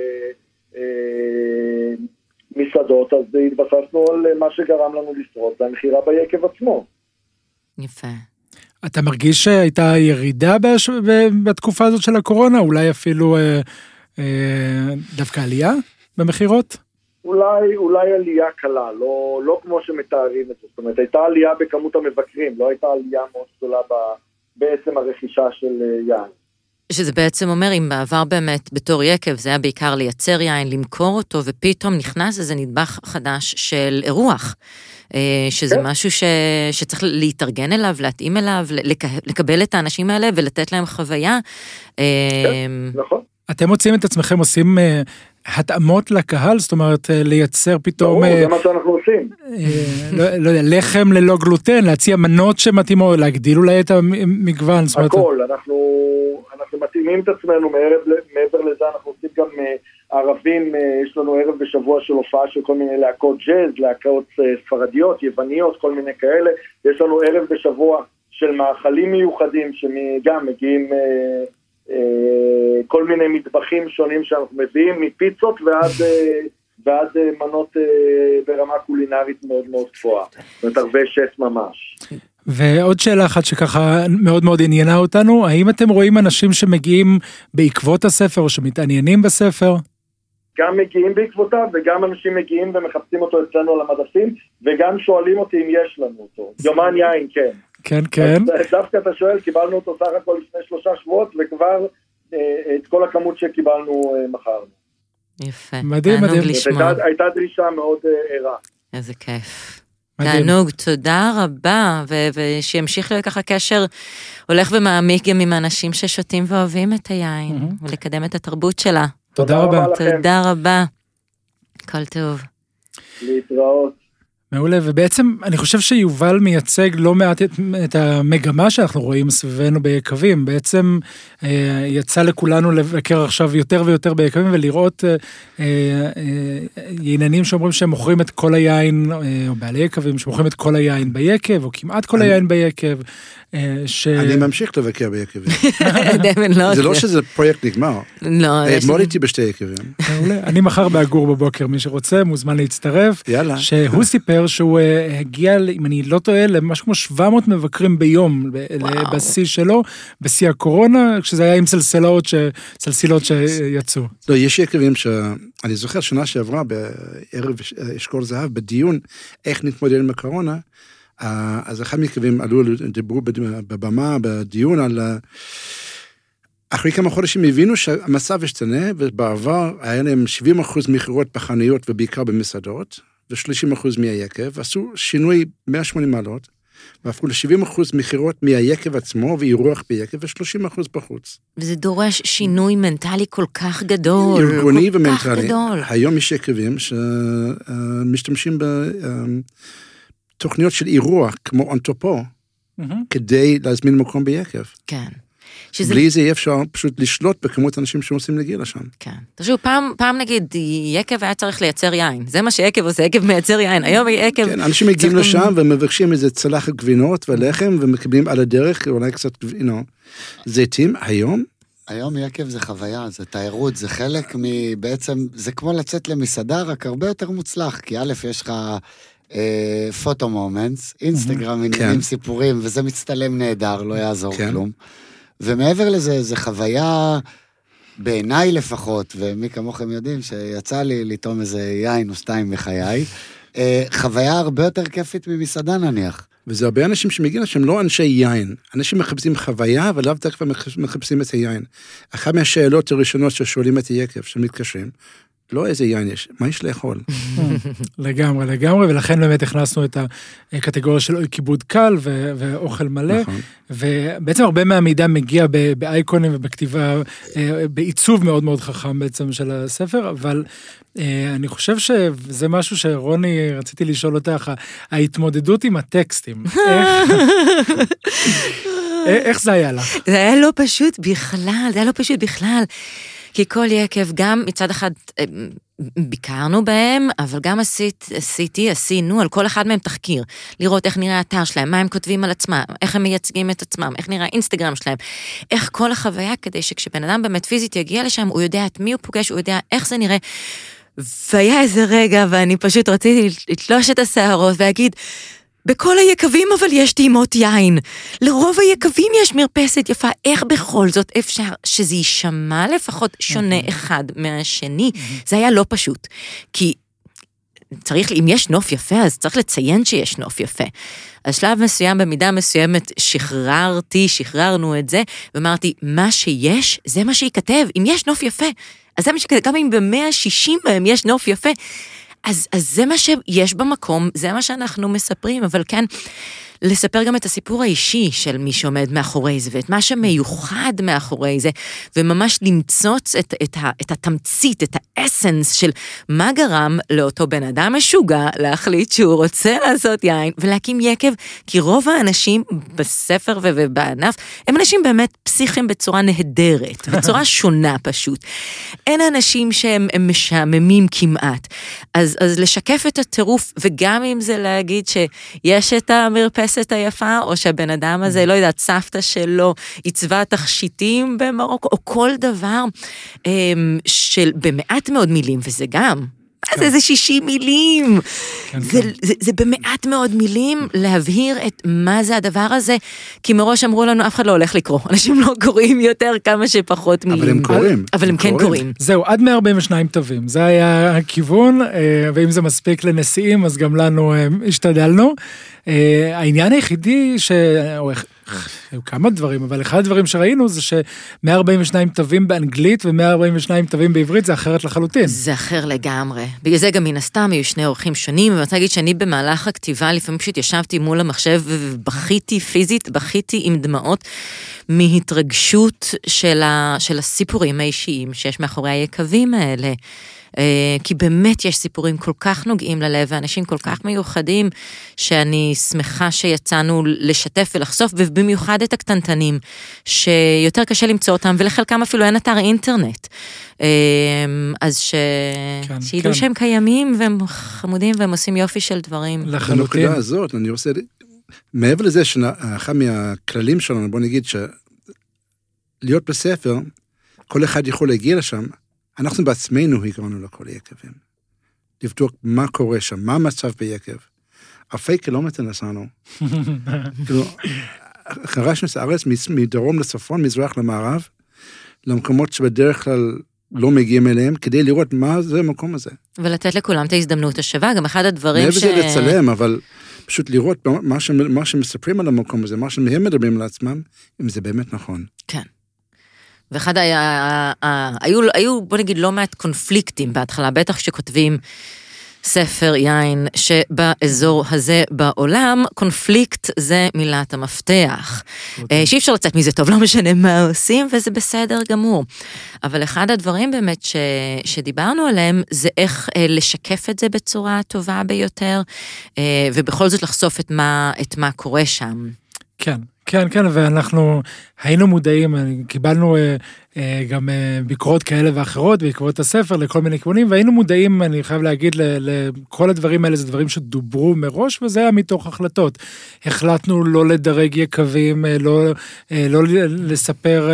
מסעדות, אז התבססנו על מה שגרם לנו לשרוד, זה המחירה ביקב עצמו. יפה. אתה מרגיש שהייתה ירידה בתקופה הזאת של הקורונה? אולי אפילו דווקא עלייה במחירות? אולי עלייה קלה, לא כמו שמתארים את זה. זאת אומרת, הייתה עלייה בכמות המבקרים, לא הייתה עלייה מאוד גדולה בעצם הרכישה של יין. שזה בעצם אומר, אם בעבר באמת בתור יקב, זה היה בעיקר לייצר יין, למכור אותו, ופתאום נכנס איזה נדבך חדש של אירוח, שזה משהו שצריך להתארגן אליו, להתאים אליו, לקבל את האנשים האלה ולתת להם חוויה. נכון. אתם מוצאים את עצמכם, עושים התאמות לקהל, זאת אומרת, לייצר פתאום... זה מה שאנחנו עושים. לא יודע, לחם ללא גלוטן, להציע מנות שמתאימו, להגדיל אולי את המגוון. הכל, אנחנו מתאימים את עצמנו, מעבר לזה אנחנו עושים גם ערבים, יש לנו ערב בשבוע של הופעה של כל מיני להקות ג'אז, להקות ספרדיות, יווניות, כל מיני כאלה, יש לנו ערב בשבוע של מאכלים מיוחדים, שגם מגיעים... כל מיני מטבחים שונים שאנחנו מביאים, מפיצות ועד מנות ברמה קולינרית מאוד מאוד גבוהה. זאת אומרת, הרבה שף ממש. ועוד שאלה אחת שככה מאוד מאוד עניינה אותנו, האם אתם רואים אנשים שמגיעים בעקבות הספר או שמתעניינים בספר? גם מגיעים בעקבותיו וגם אנשים מגיעים ומחפשים אותו אצלנו על המדפים, וגם שואלים אותי אם יש לנו אותו. יומן יין, כן. כן. דווקא אתה שואל, קיבלנו אותו סך הכל לפני 3 שבועות, וכבר את כל הכמות שקיבלנו מחרנו. יפה. מדהים. הייתה דרישה מאוד ערה. איזה כיף. תענוג, תודה רבה, ושימשיך להיות ככה קשר הולך ומעמיק גם עם האנשים ששותים ואוהבים את היין, ולקדם את התרבות שלה. תודה רבה. תודה רבה. כל טוב. להתראות. מעולה, ובעצם אני חושב שיובל מייצג לא מעט את המגמה שאנחנו רואים סביבנו ביקבים, בעצם יצא לכולנו לבקר עכשיו יותר ויותר ביקבים, ולראות ייננים שאומרים שהם מוכרים את כל היין, או בעלי יקבים שמוכרים את כל היין ביקב, או כמעט כל היין ביקב. אני ממשיך לבקר ביקבים. זה לא שזה פרויקט נגמר. לא. אתמול איתי בשתי יקבים. מעולה, אני מחר באגור בבוקר, מי שרוצה מוזמן להצטרף. יאללה. שהוא סיפר מספר שהוא הגיע, אם אני לא טועה, למשהו כמו 700 מבקרים ביום, בשיא שלו, בשיא הקורונה, כשזה היה עם סלסילות שיצאו. לא, יש יקבים שאני זוכר שנה שעברה, בערב אשכול זהב, בדיון איך נתמודד עם הקורונה, אז אחד מקווים עלו, דיברו בבמה, בדיון על... אחרי כמה חודשים הבינו שהמצב השתנה, ובעבר היה להם 70% מכירות בחנויות ובעיקר במסעדות, ו30% מהיקב, עשו שינוי 180 מעלות, והפכו ל-70% מכירות מהיקב עצמו, ואירוח ביקב, ו30% בחוץ. וזה דורש שינוי מנטלי כל כך גדול. ארגוני ומנטלי. היום יש יקבים שמשתמשים בתוכניות של אירוח, כמו אונטופו, כדי להזמין מקום ביקב. כן. בלי זה יהיה אפשר פשוט לשלוט בכמות אנשים שרוצים להגיע לשם. כן. תשמעו, פעם נגיד, יקב היה צריך לייצר יין. זה מה שיקב עושה, יקב מייצר יין. היום יקב... כן, אנשים מגיעים לשם ומבקשים איזה צלחת גבינות ולחם, ומקבלים על הדרך, אולי קצת, זיתים. היום יקב זה חוויה, זה תיירות, זה חלק בעצם, זה כמו לצאת למסעדה, רק הרבה יותר מוצלח, כי א', יש לך... פוטו מומנטס, אינסטגרם, עניינים, סיפורים, וזה מצטלם נהדר, לא יעזור כלום. ומעבר לזה, זה חוויה, בעיניי לפחות, ומי כמוכם יודעים, שיצא לי לטעום איזה יין או שתיים בחיי, חוויה הרבה יותר כיפית ממסעדה נניח. וזה הרבה אנשים שמגיעים שהם לא אנשי יין. אנשים מחפשים חוויה, ולאו דווקא מחפשים את היין. אחת מהשאלות הראשונות ששואלים את היקב, שמתקשרים, לא איזה יין יש, מה יש לאכול? לגמרי, ולכן באמת הכנסנו את הקטגוריה של כיבוד קל ואוכל מלא, ובעצם הרבה מהמידע מגיע באייקונים ובכתיבה, בעיצוב מאוד מאוד חכם בעצם של הספר, אבל אני חושב שזה משהו שרוני, רציתי לשאול אותך, ההתמודדות עם הטקסטים, איך זה היה לך? זה היה לא פשוט בכלל, כי כל יקב, גם מצד אחד ביקרנו בהם, אבל גם עשינו על כל אחד מהם תחקיר, לראות איך נראה האתר שלהם, מה הם כותבים על עצמם, איך הם מייצגים את עצמם, איך נראה האינסטגרם שלהם, איך כל החוויה, כדי שכשבן אדם באמת פיזית יגיע לשם, הוא יודע את מי הוא פוגש, הוא יודע איך זה נראה, והיה איזה רגע, ואני פשוט רציתי לתלוש את השערות ולהגיד, בכל היקבים אבל יש טעימות יין. לרוב היקבים יש מרפסת יפה. איך בכל זאת אפשר שזה יישמע לפחות שונה אחד מהשני? זה היה לא פשוט. כי צריך, אם יש נוף יפה, אז צריך לציין שיש נוף יפה. אז שלב מסוים, במידה מסוימת, שחררנו את זה, ואמרתי, מה שיש, זה מה שיכתב. אם יש נוף יפה, אז זה מה שכתב. גם אם ב-160 בהם יש נוף יפה, אז זה מה שיש במקום, זה מה שאנחנו מספרים, אבל כן, לספר גם את הסיפור האישי של מי שעומד מאחורי זה, ואת מה שמיוחד מאחורי זה, וממש למצוץ את התמצית, את האסנס של מה גרם לאותו בן אדם משוגע להחליט שהוא רוצה לעשות יין, ולהקים יקב, כי רוב האנשים בספר ובענף, הם אנשים באמת פסיכיים בצורה נהדרת, בצורה שונה פשוט. אין אנשים שהם משעממים כמעט. אז לשקף את הטירוף, וגם אם זה להגיד שיש את המרפסת היפה, או שהבן אדם הזה, לא יודעת, סבתא שלו, עיצבה תכשיטים במרוקו, או כל דבר של במעט מאוד מילים, וזה גם, זה 60 מילים. זה במעט מאוד מילים להבהיר את מה זה הדבר הזה, כי מראש אמרו לנו, אף אחד לא הולך לקרוא. אנשים לא קוראים יותר כמה שפחות מילים. אבל הם קוראים. אבל הם כן קוראים. זהו, עד 142 תווים. זה היה הכיוון, ואם זה מספיק לנשיאים, אז גם לנו השתדלנו. העניין היחידי היו כמה דברים, אבל אחד הדברים שראינו זה ש142 תווים באנגלית ו142 תווים בעברית זה אחרת לחלוטין. זה אחר לגמרי. בגלל זה גם מן הסתם היו שני אורחים שונים, ואני רוצה להגיד שאני במהלך הכתיבה לפעמים פשוט ישבתי מול המחשב ובכיתי פיזית, בכיתי עם דמעות מהתרגשות של הסיפורים האישיים שיש מאחורי היקבים האלה. כי באמת יש סיפורים כל כך נוגעים ללב, ואנשים כל כך מיוחדים, שאני שמחה שיצאנו לשתף ולחשוף, ובמיוחד את הקטנטנים, שיותר קשה למצוא אותם, ולחלקם אפילו אין אתר אינטרנט. אז שידעו שהם קיימים, והם חמודים, והם עושים יופי של דברים. לחלוטין. בנקודה הזאת, אני רוצה, מעבר לזה, שאחד מהכללים שלנו, בוא נגיד להיות בספר, כל אחד יכול להגיע לשם, אנחנו בעצמנו הגענו לכל יקבים. לבדוק מה קורה שם, מה המצב ביקב. אלפי קילומטר נסענו. כאילו, חרשנו את הארץ מדרום לצפון, מזרח למערב, למקומות שבדרך כלל לא מגיעים אליהם, כדי לראות מה זה המקום הזה. ולתת לכולם את ההזדמנות השווה, גם אחד הדברים מעבר זה לצלם, אבל פשוט לראות מה שמספרים על המקום הזה, מה שהם מדברים על עצמם, אם זה באמת נכון. כן. ואחד היו, בוא נגיד, לא מעט קונפליקטים בהתחלה, בטח שכותבים ספר יין שבאזור הזה בעולם, קונפליקט זה מילת המפתח. שאי אפשר לצאת מזה טוב, לא משנה מה עושים, וזה בסדר גמור. אבל אחד הדברים באמת שדיברנו עליהם, זה איך לשקף את זה בצורה טובה ביותר, ובכל זאת לחשוף את מה קורה שם. כן. כן, כן, ואנחנו היינו מודעים, קיבלנו גם ביקורות כאלה ואחרות בעקבות הספר לכל מיני כיוונים, והיינו מודעים, אני חייב להגיד, לכל הדברים האלה, זה דברים שדוברו מראש, וזה היה מתוך החלטות. החלטנו לא לדרג יקבים, לא לספר,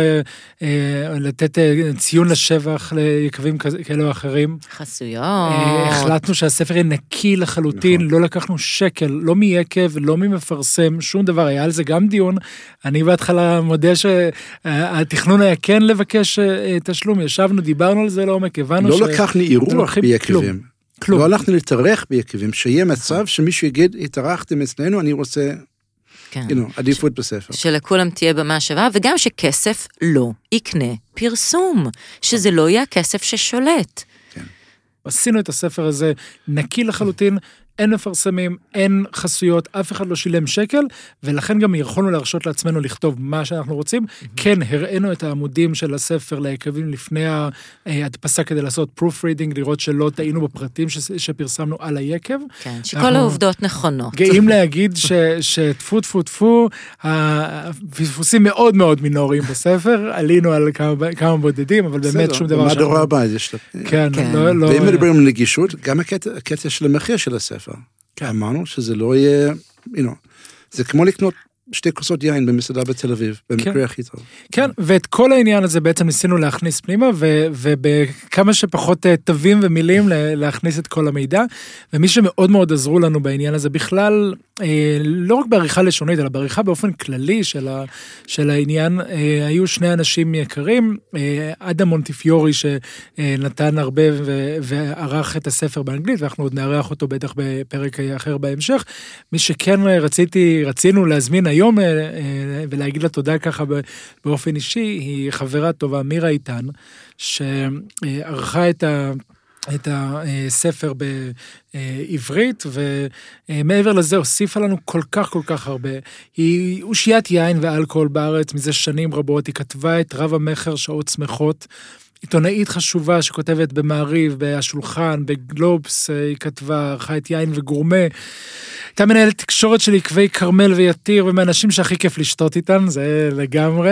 לתת ציון לשבח ליקבים כאלה או אחרים. חסויות. החלטנו שהספר יהיה נקי לחלוטין, לא לקחנו שקל, לא מיקב, לא ממפרסם, שום דבר, היה על זה גם דיון. אני בהתחלה מודה שהתכנון היה כן לבקש תשלום, ישבנו, דיברנו על זה לעומק, הבנו לא לקחנו אירוח ביקבים. לא הלכנו להתארח ביקבים, שיהיה מצב שמישהו יגיד, התארחתם אצלנו, אני רוצה עדיפות בספר. שלכולם תהיה במה שווה, וגם שכסף לא יקנה פרסום, שזה לא יהיה הכסף ששולט. עשינו את הספר הזה נקי לחלוטין, אין מפרסמים, אין חסויות, אף אחד לא שילם שקל, ולכן גם יכולנו להרשות לעצמנו לכתוב מה שאנחנו רוצים. כן, הראינו את העמודים של הספר ליקבים לפני ההדפסה כדי לעשות proof reading, לראות שלא טעינו בפרטים שפרסמנו על היקב. כן, שכל העובדות נכונות. גאים להגיד שטפו טפו טפו, הפספוסים מאוד מאוד מינוריים בספר, עלינו על כמה בודדים, אבל באמת שום דבר. מה דור הבא? כן, ואם מדברים על נגישות, גם הקטע של המחיר של הספר. אמרנו שזה לא יהיה, זה כמו לקנות 2 כוסות יין במסעדה בתל אביב, במקרה הכי טוב. כן, ואת כל העניין הזה בעצם ניסינו להכניס פנימה, ובכמה שפחות תווים ומילים להכניס את כל המידע, ומי שמאוד מאוד עזרו לנו בעניין הזה בכלל, לא רק בעריכה לשונית, אלא בעריכה באופן כללי של העניין, היו 2 אנשים יקרים, אדם מונטיפיורי שנתן הרבה וערך את הספר באנגלית, ואנחנו עוד נערך אותו בטח בפרק אחר בהמשך, מי שכן רצינו להזמין היום ולהגיד לה תודה ככה באופן אישי, היא חברה טובה, מירה איתן, שערכה את הספר בעברית, ומעבר לזה הוסיפה לנו כל כך הרבה. היא אושיית יין ואלכוהול בארץ מזה שנים רבות, היא כתבה את רב המחר שעות שמחות, עיתונאית חשובה שכותבת במעריב, בהשולחן, בגלובס, היא כתבה, ערכה את יין וגורמה, הייתה מנהלת תקשורת של עקבי קרמל ויתיר, ומאנשים שהכי כיף לשתות איתן, זה לגמרי,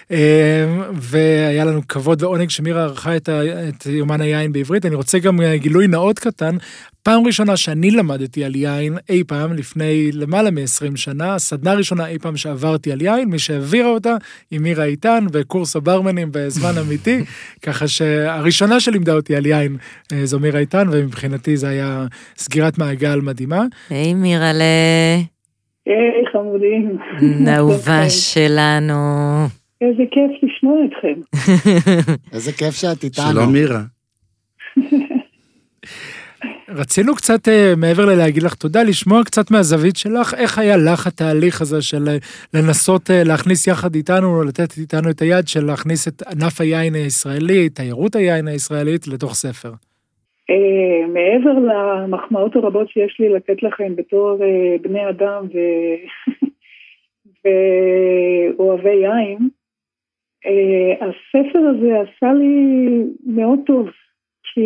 והיה לנו כבוד ועונג שמירה ערכה את יומן היין בעברית. אני רוצה גם גילוי נאות קטן, פעם ראשונה שאני למדתי על יין אי פעם, לפני למעלה מ-20 שנה, סדנה ראשונה אי פעם שעברתי על יין, מי שהעבירה אותה היא מירה איתן, בקורס הברמנים בזמן אמיתי, ככה שהראשונה שלימדה אותי על יין זו מירה איתן, ומבחינתי זה היה סגירת מעגל מדהימה. היי מירה היי חמודים. נאובה שלנו. איזה כיף לשמוע אתכם. איזה כיף שאת איתנו. שלום מירה. רצינו קצת מעבר ללהגיד לך תודה, לשמוע קצת מהזווית שלך, איך היה לך התהליך הזה של לנסות להכניס יחד איתנו, לתת איתנו את היד של להכניס את ענף היין הישראלי, תיירות היין הישראלית לתוך ספר. מעבר למחמאות הרבות שיש לי לתת לכם בתור בני אדם ואוהבי יין, הספר הזה עשה לי מאוד טוב, כי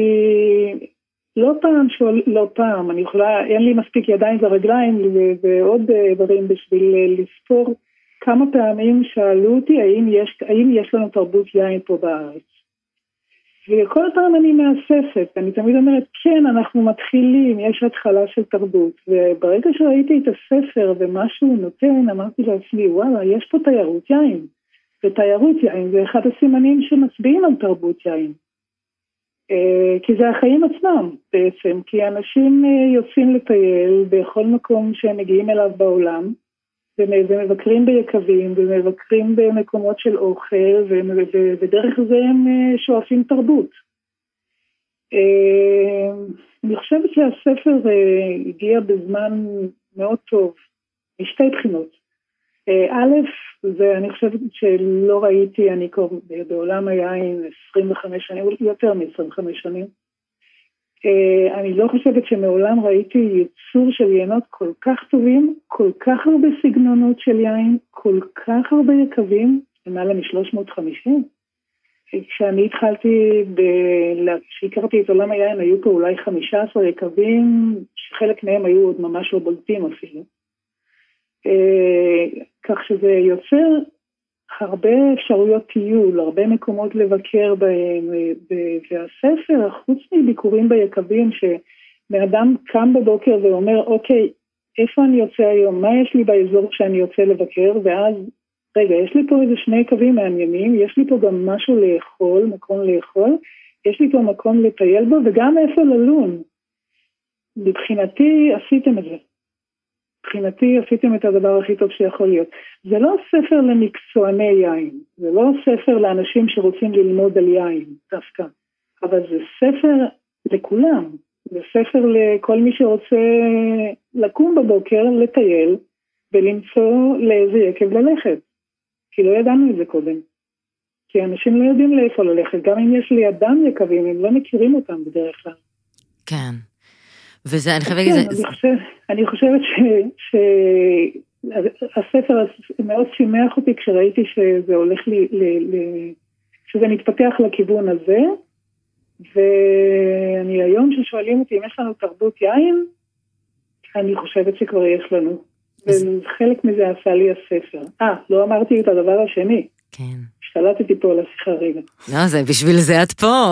לא פעם, אני יכולה, אין לי מספיק ידיים ורגליים ועוד דברים בשביל לספור כמה פעמים שאלו אותי האם יש לנו תרבות יין פה בארץ. וכל פעם אני מאספת, אני תמיד אומרת, כן, אנחנו מתחילים, יש התחלה של תרבות, וברגע שראיתי את הספר ומה שהוא נותן, אמרתי לעצמי, וואלה, יש פה תיירות יין, ותיירות יין זה אחד הסימנים שמצביעים על תרבות יין. כי זה החיים עצמם בעצם, כי אנשים יוצאים לטייל בכל מקום שהם מגיעים אליו בעולם, ומבקרים ביקבים, ומבקרים במקומות של אוכל, ודרך זה הם שואפים תרבות. אני חושבת שהספר הגיע בזמן מאוד טוב, משתי בחינות. א', ואני חושבת שלא ראיתי, אני בעולם היין 25 שנים, יותר מ-25 שנים, אני לא חושבת שמעולם ראיתי ייצור של יינות כל כך טובים, כל כך הרבה סגנונות של יין, כל כך הרבה יקבים, למעלה מ-350. כשאני התחלתי, כשהכרתי את עולם היין, היו פה אולי 15 יקבים, שחלק מהם היו עוד ממש לא בולטים אפילו. כך שזה יוצר הרבה אפשרויות טיול, הרבה מקומות לבקר בהם, והספר, חוץ מביקורים ביקבים, שבאדם קם בבוקר ואומר, אוקיי, איפה אני יוצא היום? מה יש לי באזור שאני יוצא לבקר? ואז, רגע, יש לי פה איזה 2 יקבים מעניינים, יש לי פה גם משהו לאכול, מקום לאכול, יש לי פה מקום לטייל בו, וגם איפה ללון. מבחינתי עשיתם את זה. מבחינתי עשיתם את הדבר הכי טוב שיכול להיות. זה לא ספר למקצועני יין, זה לא ספר לאנשים שרוצים ללמוד על יין, דווקא. אבל זה ספר לכולם. זה ספר לכל מי שרוצה לקום בבוקר, לטייל, ולמצוא לאיזה יקב ללכת. כי לא ידענו את זה קודם. כי אנשים לא יודעים לאיפה ללכת. גם אם יש לידם יקבים, הם לא מכירים אותם בדרך כלל. כן. וזה, אני חייבת להגיד, אני חושבת שהספר מאוד שימח אותי כשראיתי שזה הולך שזה מתפתח לכיוון הזה, ואני היום ששואלים אותי אם יש לנו תרבות יין, אני חושבת שכבר יש לנו. וחלק מזה עשה לי הספר. לא אמרתי את הדבר השני. כן. השתלטתי פה על השיחה רגע. לא, זה בשביל זה את פה.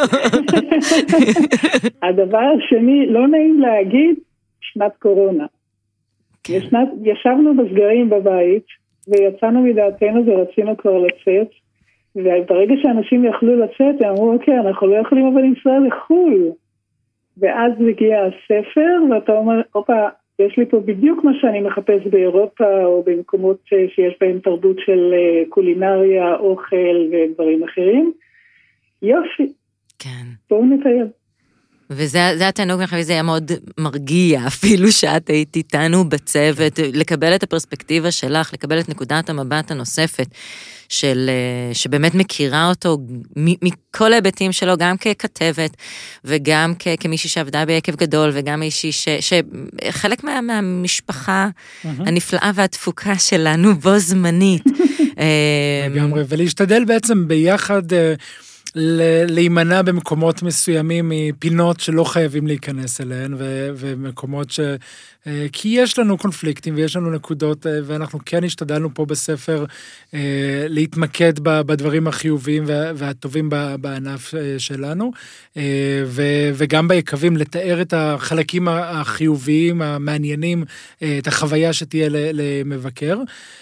הדבר השני, לא נעים להגיד, שנת קורונה. ישבנו בסגרים בבית, ויצאנו מדעתנו ורצינו כבר לצאת, וברגע שאנשים יכלו לצאת, הם אמרו, אוקיי, אנחנו לא יכולים אבל לנסוע לחו"ל. ואז הגיע הספר, ואתה אומר, אופה, יש לי פה בדיוק מה שאני מחפש באירופה, או במקומות שיש בהם תרבות של קולינריה, אוכל ודברים אחרים. יופי. כן. בואו נטייל. וזה התענוג, זה היה מאוד מרגיע, אפילו שאת היית איתנו בצוות, לקבל את הפרספקטיבה שלך, לקבל את נקודת המבט הנוספת, שבאמת מכירה אותו מכל ההיבטים שלו, גם ככתבת, וגם כמישהי שעבדה ביקב גדול, וגם מישהי שחלק מהמשפחה הנפלאה והתפוקה שלנו בו זמנית. לגמרי, ולהשתדל בעצם ביחד להימנע במקומות מסוימים מפינות שלא חייבים להיכנס אליהן, ומקומות כי יש לנו קונפליקטים ויש לנו נקודות, ואנחנו כן השתדלנו פה בספר להתמקד בדברים החיוביים והטובים בענף שלנו, וגם ביקבים לתאר את החלקים החיוביים, המעניינים, את החוויה שתהיה למבקר.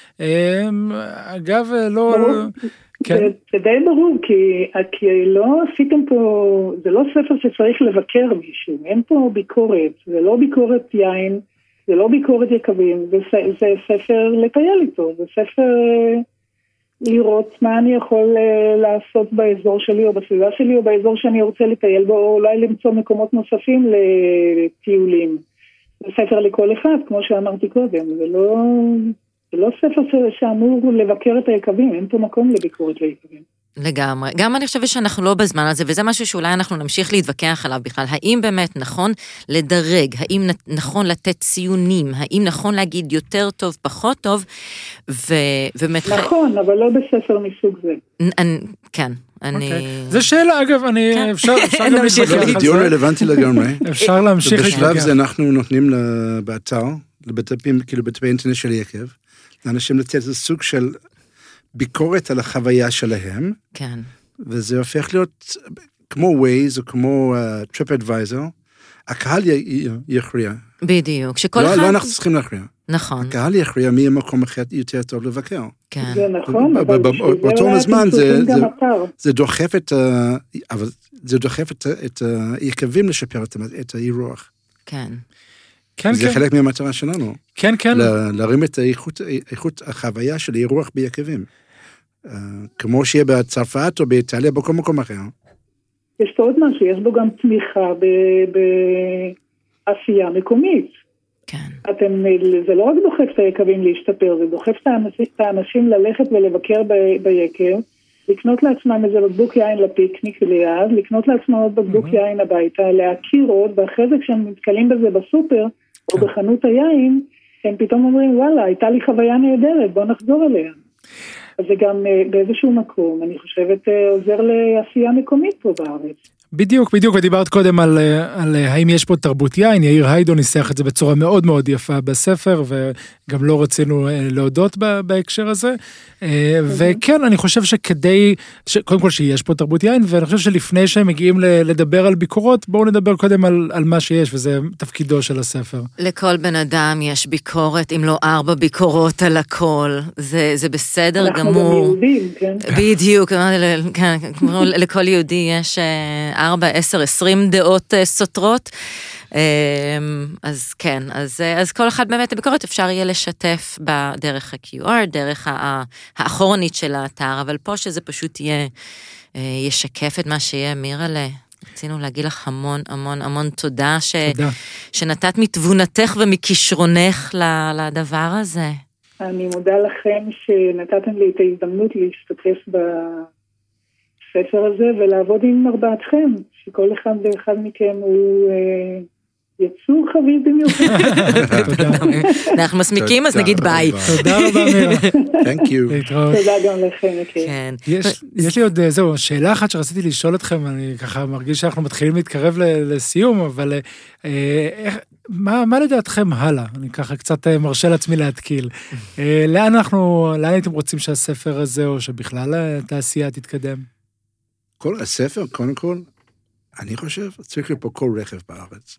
אגב, לא... זה די ברור, כי לא עשיתם פה, זה לא ספר שצריך לבקר מישהו, אין פה ביקורת, זה לא ביקורת יין, זה לא ביקורת יקבים, זה ספר לטייל איתו, זה ספר לראות מה אני יכול לעשות באזור שלי או בסביבה שלי או באזור שאני רוצה לטייל בו, או אולי למצוא מקומות נוספים לטיולים. זה ספר לכל אחד, כמו שאמרתי קודם, זה לא ספר שאמור לבקר את היקבים, אין פה מקום לביקורת ליקבים. לגמרי. גם אני חושבת שאנחנו לא בזמן הזה, וזה משהו שאולי אנחנו נמשיך להתווכח עליו בכלל. האם באמת נכון לדרג? האם נכון לתת ציונים? האם נכון להגיד יותר טוב, פחות טוב? נכון, אבל לא בספר מסוג זה. כן. זה שאלה, אגב, אפשר גם להתווכח על זה. דיון רלוונטי לגמרי. אפשר להמשיך להתווכח. בשלב זה אנחנו נותנים באתר, בדפי אינטרנט של יקב, לאנשים לתת איזה סוג של ביקורת על החוויה שלהם. כן. וזה הופך להיות כמו Waze או כמו TripAdvisor, הקהל יכריע. בדיוק, שכל לא, אחד... לא אנחנו צריכים להכריע. נכון. הקהל יכריע מי המקום אחר יותר טוב לבקר. כן. זה נכון, אבל באותו זמן זה זה דוחף את היקבים לשפר את האירוח. כן. כן, זה כן. חלק מהמטרה שלנו. כן, כן. להרים את איכות החוויה של אירוח ביקבים. כמו שיהיה בצרפת או באיטליה, בכל מקום אחר. יש פה עוד משהו, יש בו גם תמיכה בעשייה מקומית. כן. זה לא רק דוחף את היקבים להשתפר, זה דוחף את האנשים ללכת ולבקר ביקב, לקנות לעצמם איזה בקבוק יין לפיקניק ליד, לקנות לעצמם עוד בקבוק יין הביתה, להכיר עוד, ואחרי זה כשהם מתקלים בזה בסופר, או בחנות היין, הם פתאום אומרים, וואלה, הייתה לי חוויה נהדרת, בואו נחזור אליה. אז זה גם באיזשהו מקום, אני חושבת, עוזר לעשייה מקומית פה בארץ. בדיוק, ודיברת קודם על האם יש פה תרבות יין, יאיר היידו ניסח את זה בצורה מאוד מאוד יפה בספר, וגם לא רצינו להודות בהקשר הזה, וכן, אני חושב שכדי, קודם כל שיש פה תרבות יין, ואני חושב שלפני שהם מגיעים לדבר על ביקורות, בואו נדבר קודם על מה שיש, וזה תפקידו של הספר. לכל בן אדם יש ביקורת, אם לא 4 ביקורות על הכל, זה בסדר גמור. אנחנו גם יהודים, כן? בדיוק, לכל יהודי יש 4, 10, 20 דעות סותרות, אז כן, אז כל אחד באמת הביקורת אפשר יהיה לשתף בדרך ה-QR, דרך האחורנית של האתר, אבל פה שזה פשוט ישקף את מה שיהיה. מירלה, רצינו להגיד לך המון תודה שנתת מתבונתך ומכישרונך לדבר הזה. אני מודה לכם שנתתם לי את ההזדמנות להשתתף בספר הזה ולעבוד עם ארבעתכם, שכל אחד ואחד מכם הוא יצור חביב במיוחד. אנחנו מסמיקים, אז נגיד ביי. תודה רבה מירה. Thank you. תודה גם לכם. יש לי עוד שאלה אחת שרציתי לשאול אתכם, אני ככה מרגיש שאנחנו מתחילים להתקרב לסיום, אבל מה לדעתכם הלאה? אני ככה קצת מרשה לעצמי להתקיל. לאן הייתם רוצים שהספר הזה, או שבכלל התעשייה תתקדם? כל הספר, קודם כל, אני חושב, צריך להיות פה כל רכב בארץ.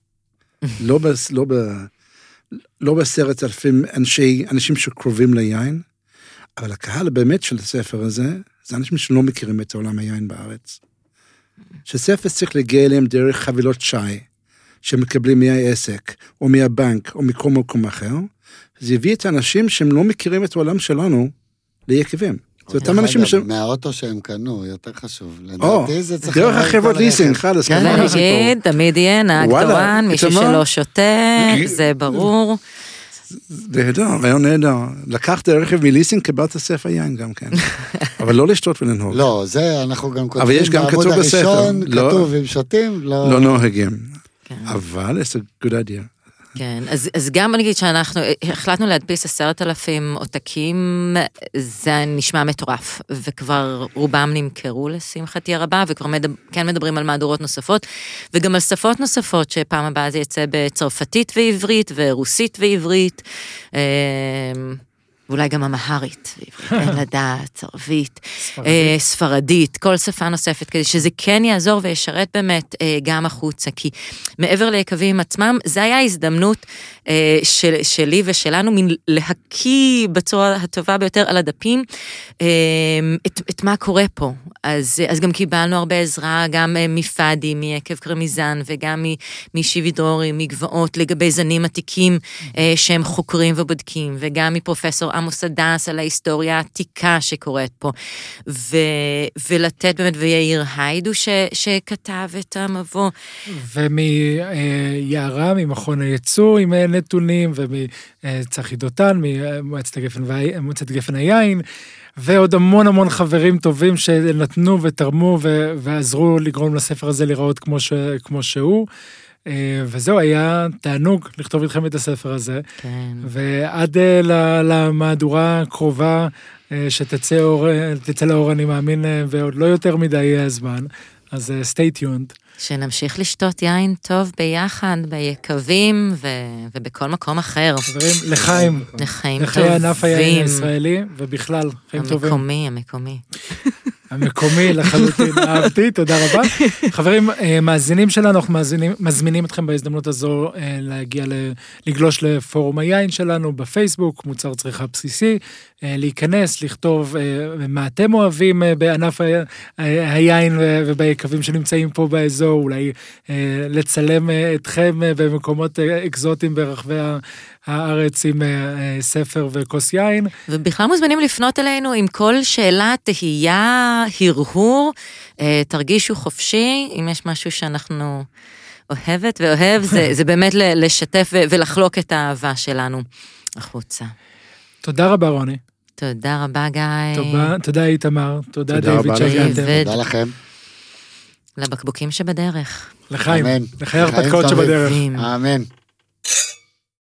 לא בסרט אלפים אנשים שקרובים ליין, אבל הקהל באמת של הספר הזה, זה אנשים שלא מכירים את העולם היין בארץ. שספר צריך להגיע אליהם דרך חבילות שי, שמקבלים מהעסק, או מהבנק, או מכל מקום אחר, זה הביא את האנשים שהם לא מכירים את העולם שלנו, ליקבים. זה אותם אנשים מהאוטו שהם קנו, יותר חשוב. לדעתי זה צריך... דרך החברות ליסינג, חלס. תמיד יהיה נהג תורן, מישהו שלא שותה, זה ברור. נהדר, רעיון נהדר. לקחת רכב מליסינג, קיבלת ספר יין גם כן. אבל לא לשתות ולנהוג. לא, זה אנחנו גם כותבים. אבל יש גם כתוב בספר. כתוב, אם שותים, לא נוהגים. אבל it's a good idea. כן, אז גם אני אגיד שאנחנו החלטנו להדפיס 10,000 עותקים, זה נשמע מטורף, וכבר רובם נמכרו לשמחתי הרבה, וכבר כן מדברים על מהדורות נוספות, וגם על שפות נוספות, שפעם הבאה זה יצא בצרפתית ועברית, ורוסית ועברית, ואולי גם אמהרית, אין לדעת, ערבית, ספרדית, כל שפה נוספת, כדי שזה כן יעזור וישרת באמת גם החוצה, כי מעבר ליקבים עצמם, זה היה הזדמנות שלי ושלנו, להקיא בצורה הטובה ביותר על הדפים, את מה קורה פה. אז גם קיבלנו הרבה עזרה, גם מפאדי, מיקב קרמיזן, וגם משיבי דרורי, מגבעות, לגבי זנים עתיקים, שהם חוקרים ובודקים, וגם מפרופסור עמוס הדס על ההיסטוריה העתיקה שקורית פה, ולתת באמת ויאיר היידו שכתב את המבוא. ומיערה, ממכון הייצוא עם נתונים, ומצחי דותן, ממועצת גפן היין, ועוד המון חברים טובים שנתנו ותרמו ועזרו לגרום לספר הזה לראות כמו שהוא. וזהו, היה תענוג לכתוב איתכם את הספר הזה, ועד למהדורה הקרובה שתצא לאור, אני מאמין, ועוד לא יותר מדי זמן, אז stay tuned. שנמשיך לשתות יין טוב ביחד, ביקבים ובכל מקום אחר. חברים, לחיים. לחיים טובים. לחיי ענף היין הישראלי, ובכלל, חיים טובים. המקומי. המקומי לחלוטין, אהבתי, תודה רבה. חברים, מאזינים שלנו, אנחנו מזמינים אתכם בהזדמנות הזו להגיע, לגלוש לפורום היין שלנו בפייסבוק, מוצר צריכה בסיסי, להיכנס, לכתוב מה אתם אוהבים בענף היין וביקבים שנמצאים פה באזור, אולי לצלם אתכם במקומות אקזוטיים ברחבי הארץ עם ספר וכוס יין. ובכלל מוזמנים לפנות אלינו עם כל שאלה, תהייה, הרהור, תרגישו חופשי, אם יש משהו שאנחנו אוהבת ואוהב, זה באמת לשתף ולחלוק את האהבה שלנו החוצה. תודה רבה רוני. תודה רבה גיא. תודה איתמר, תודה דיוויד שהגעתם. תודה לכם. לבקבוקים שבדרך. לחיים, לחיי הרפתקאות שבדרך. אמן.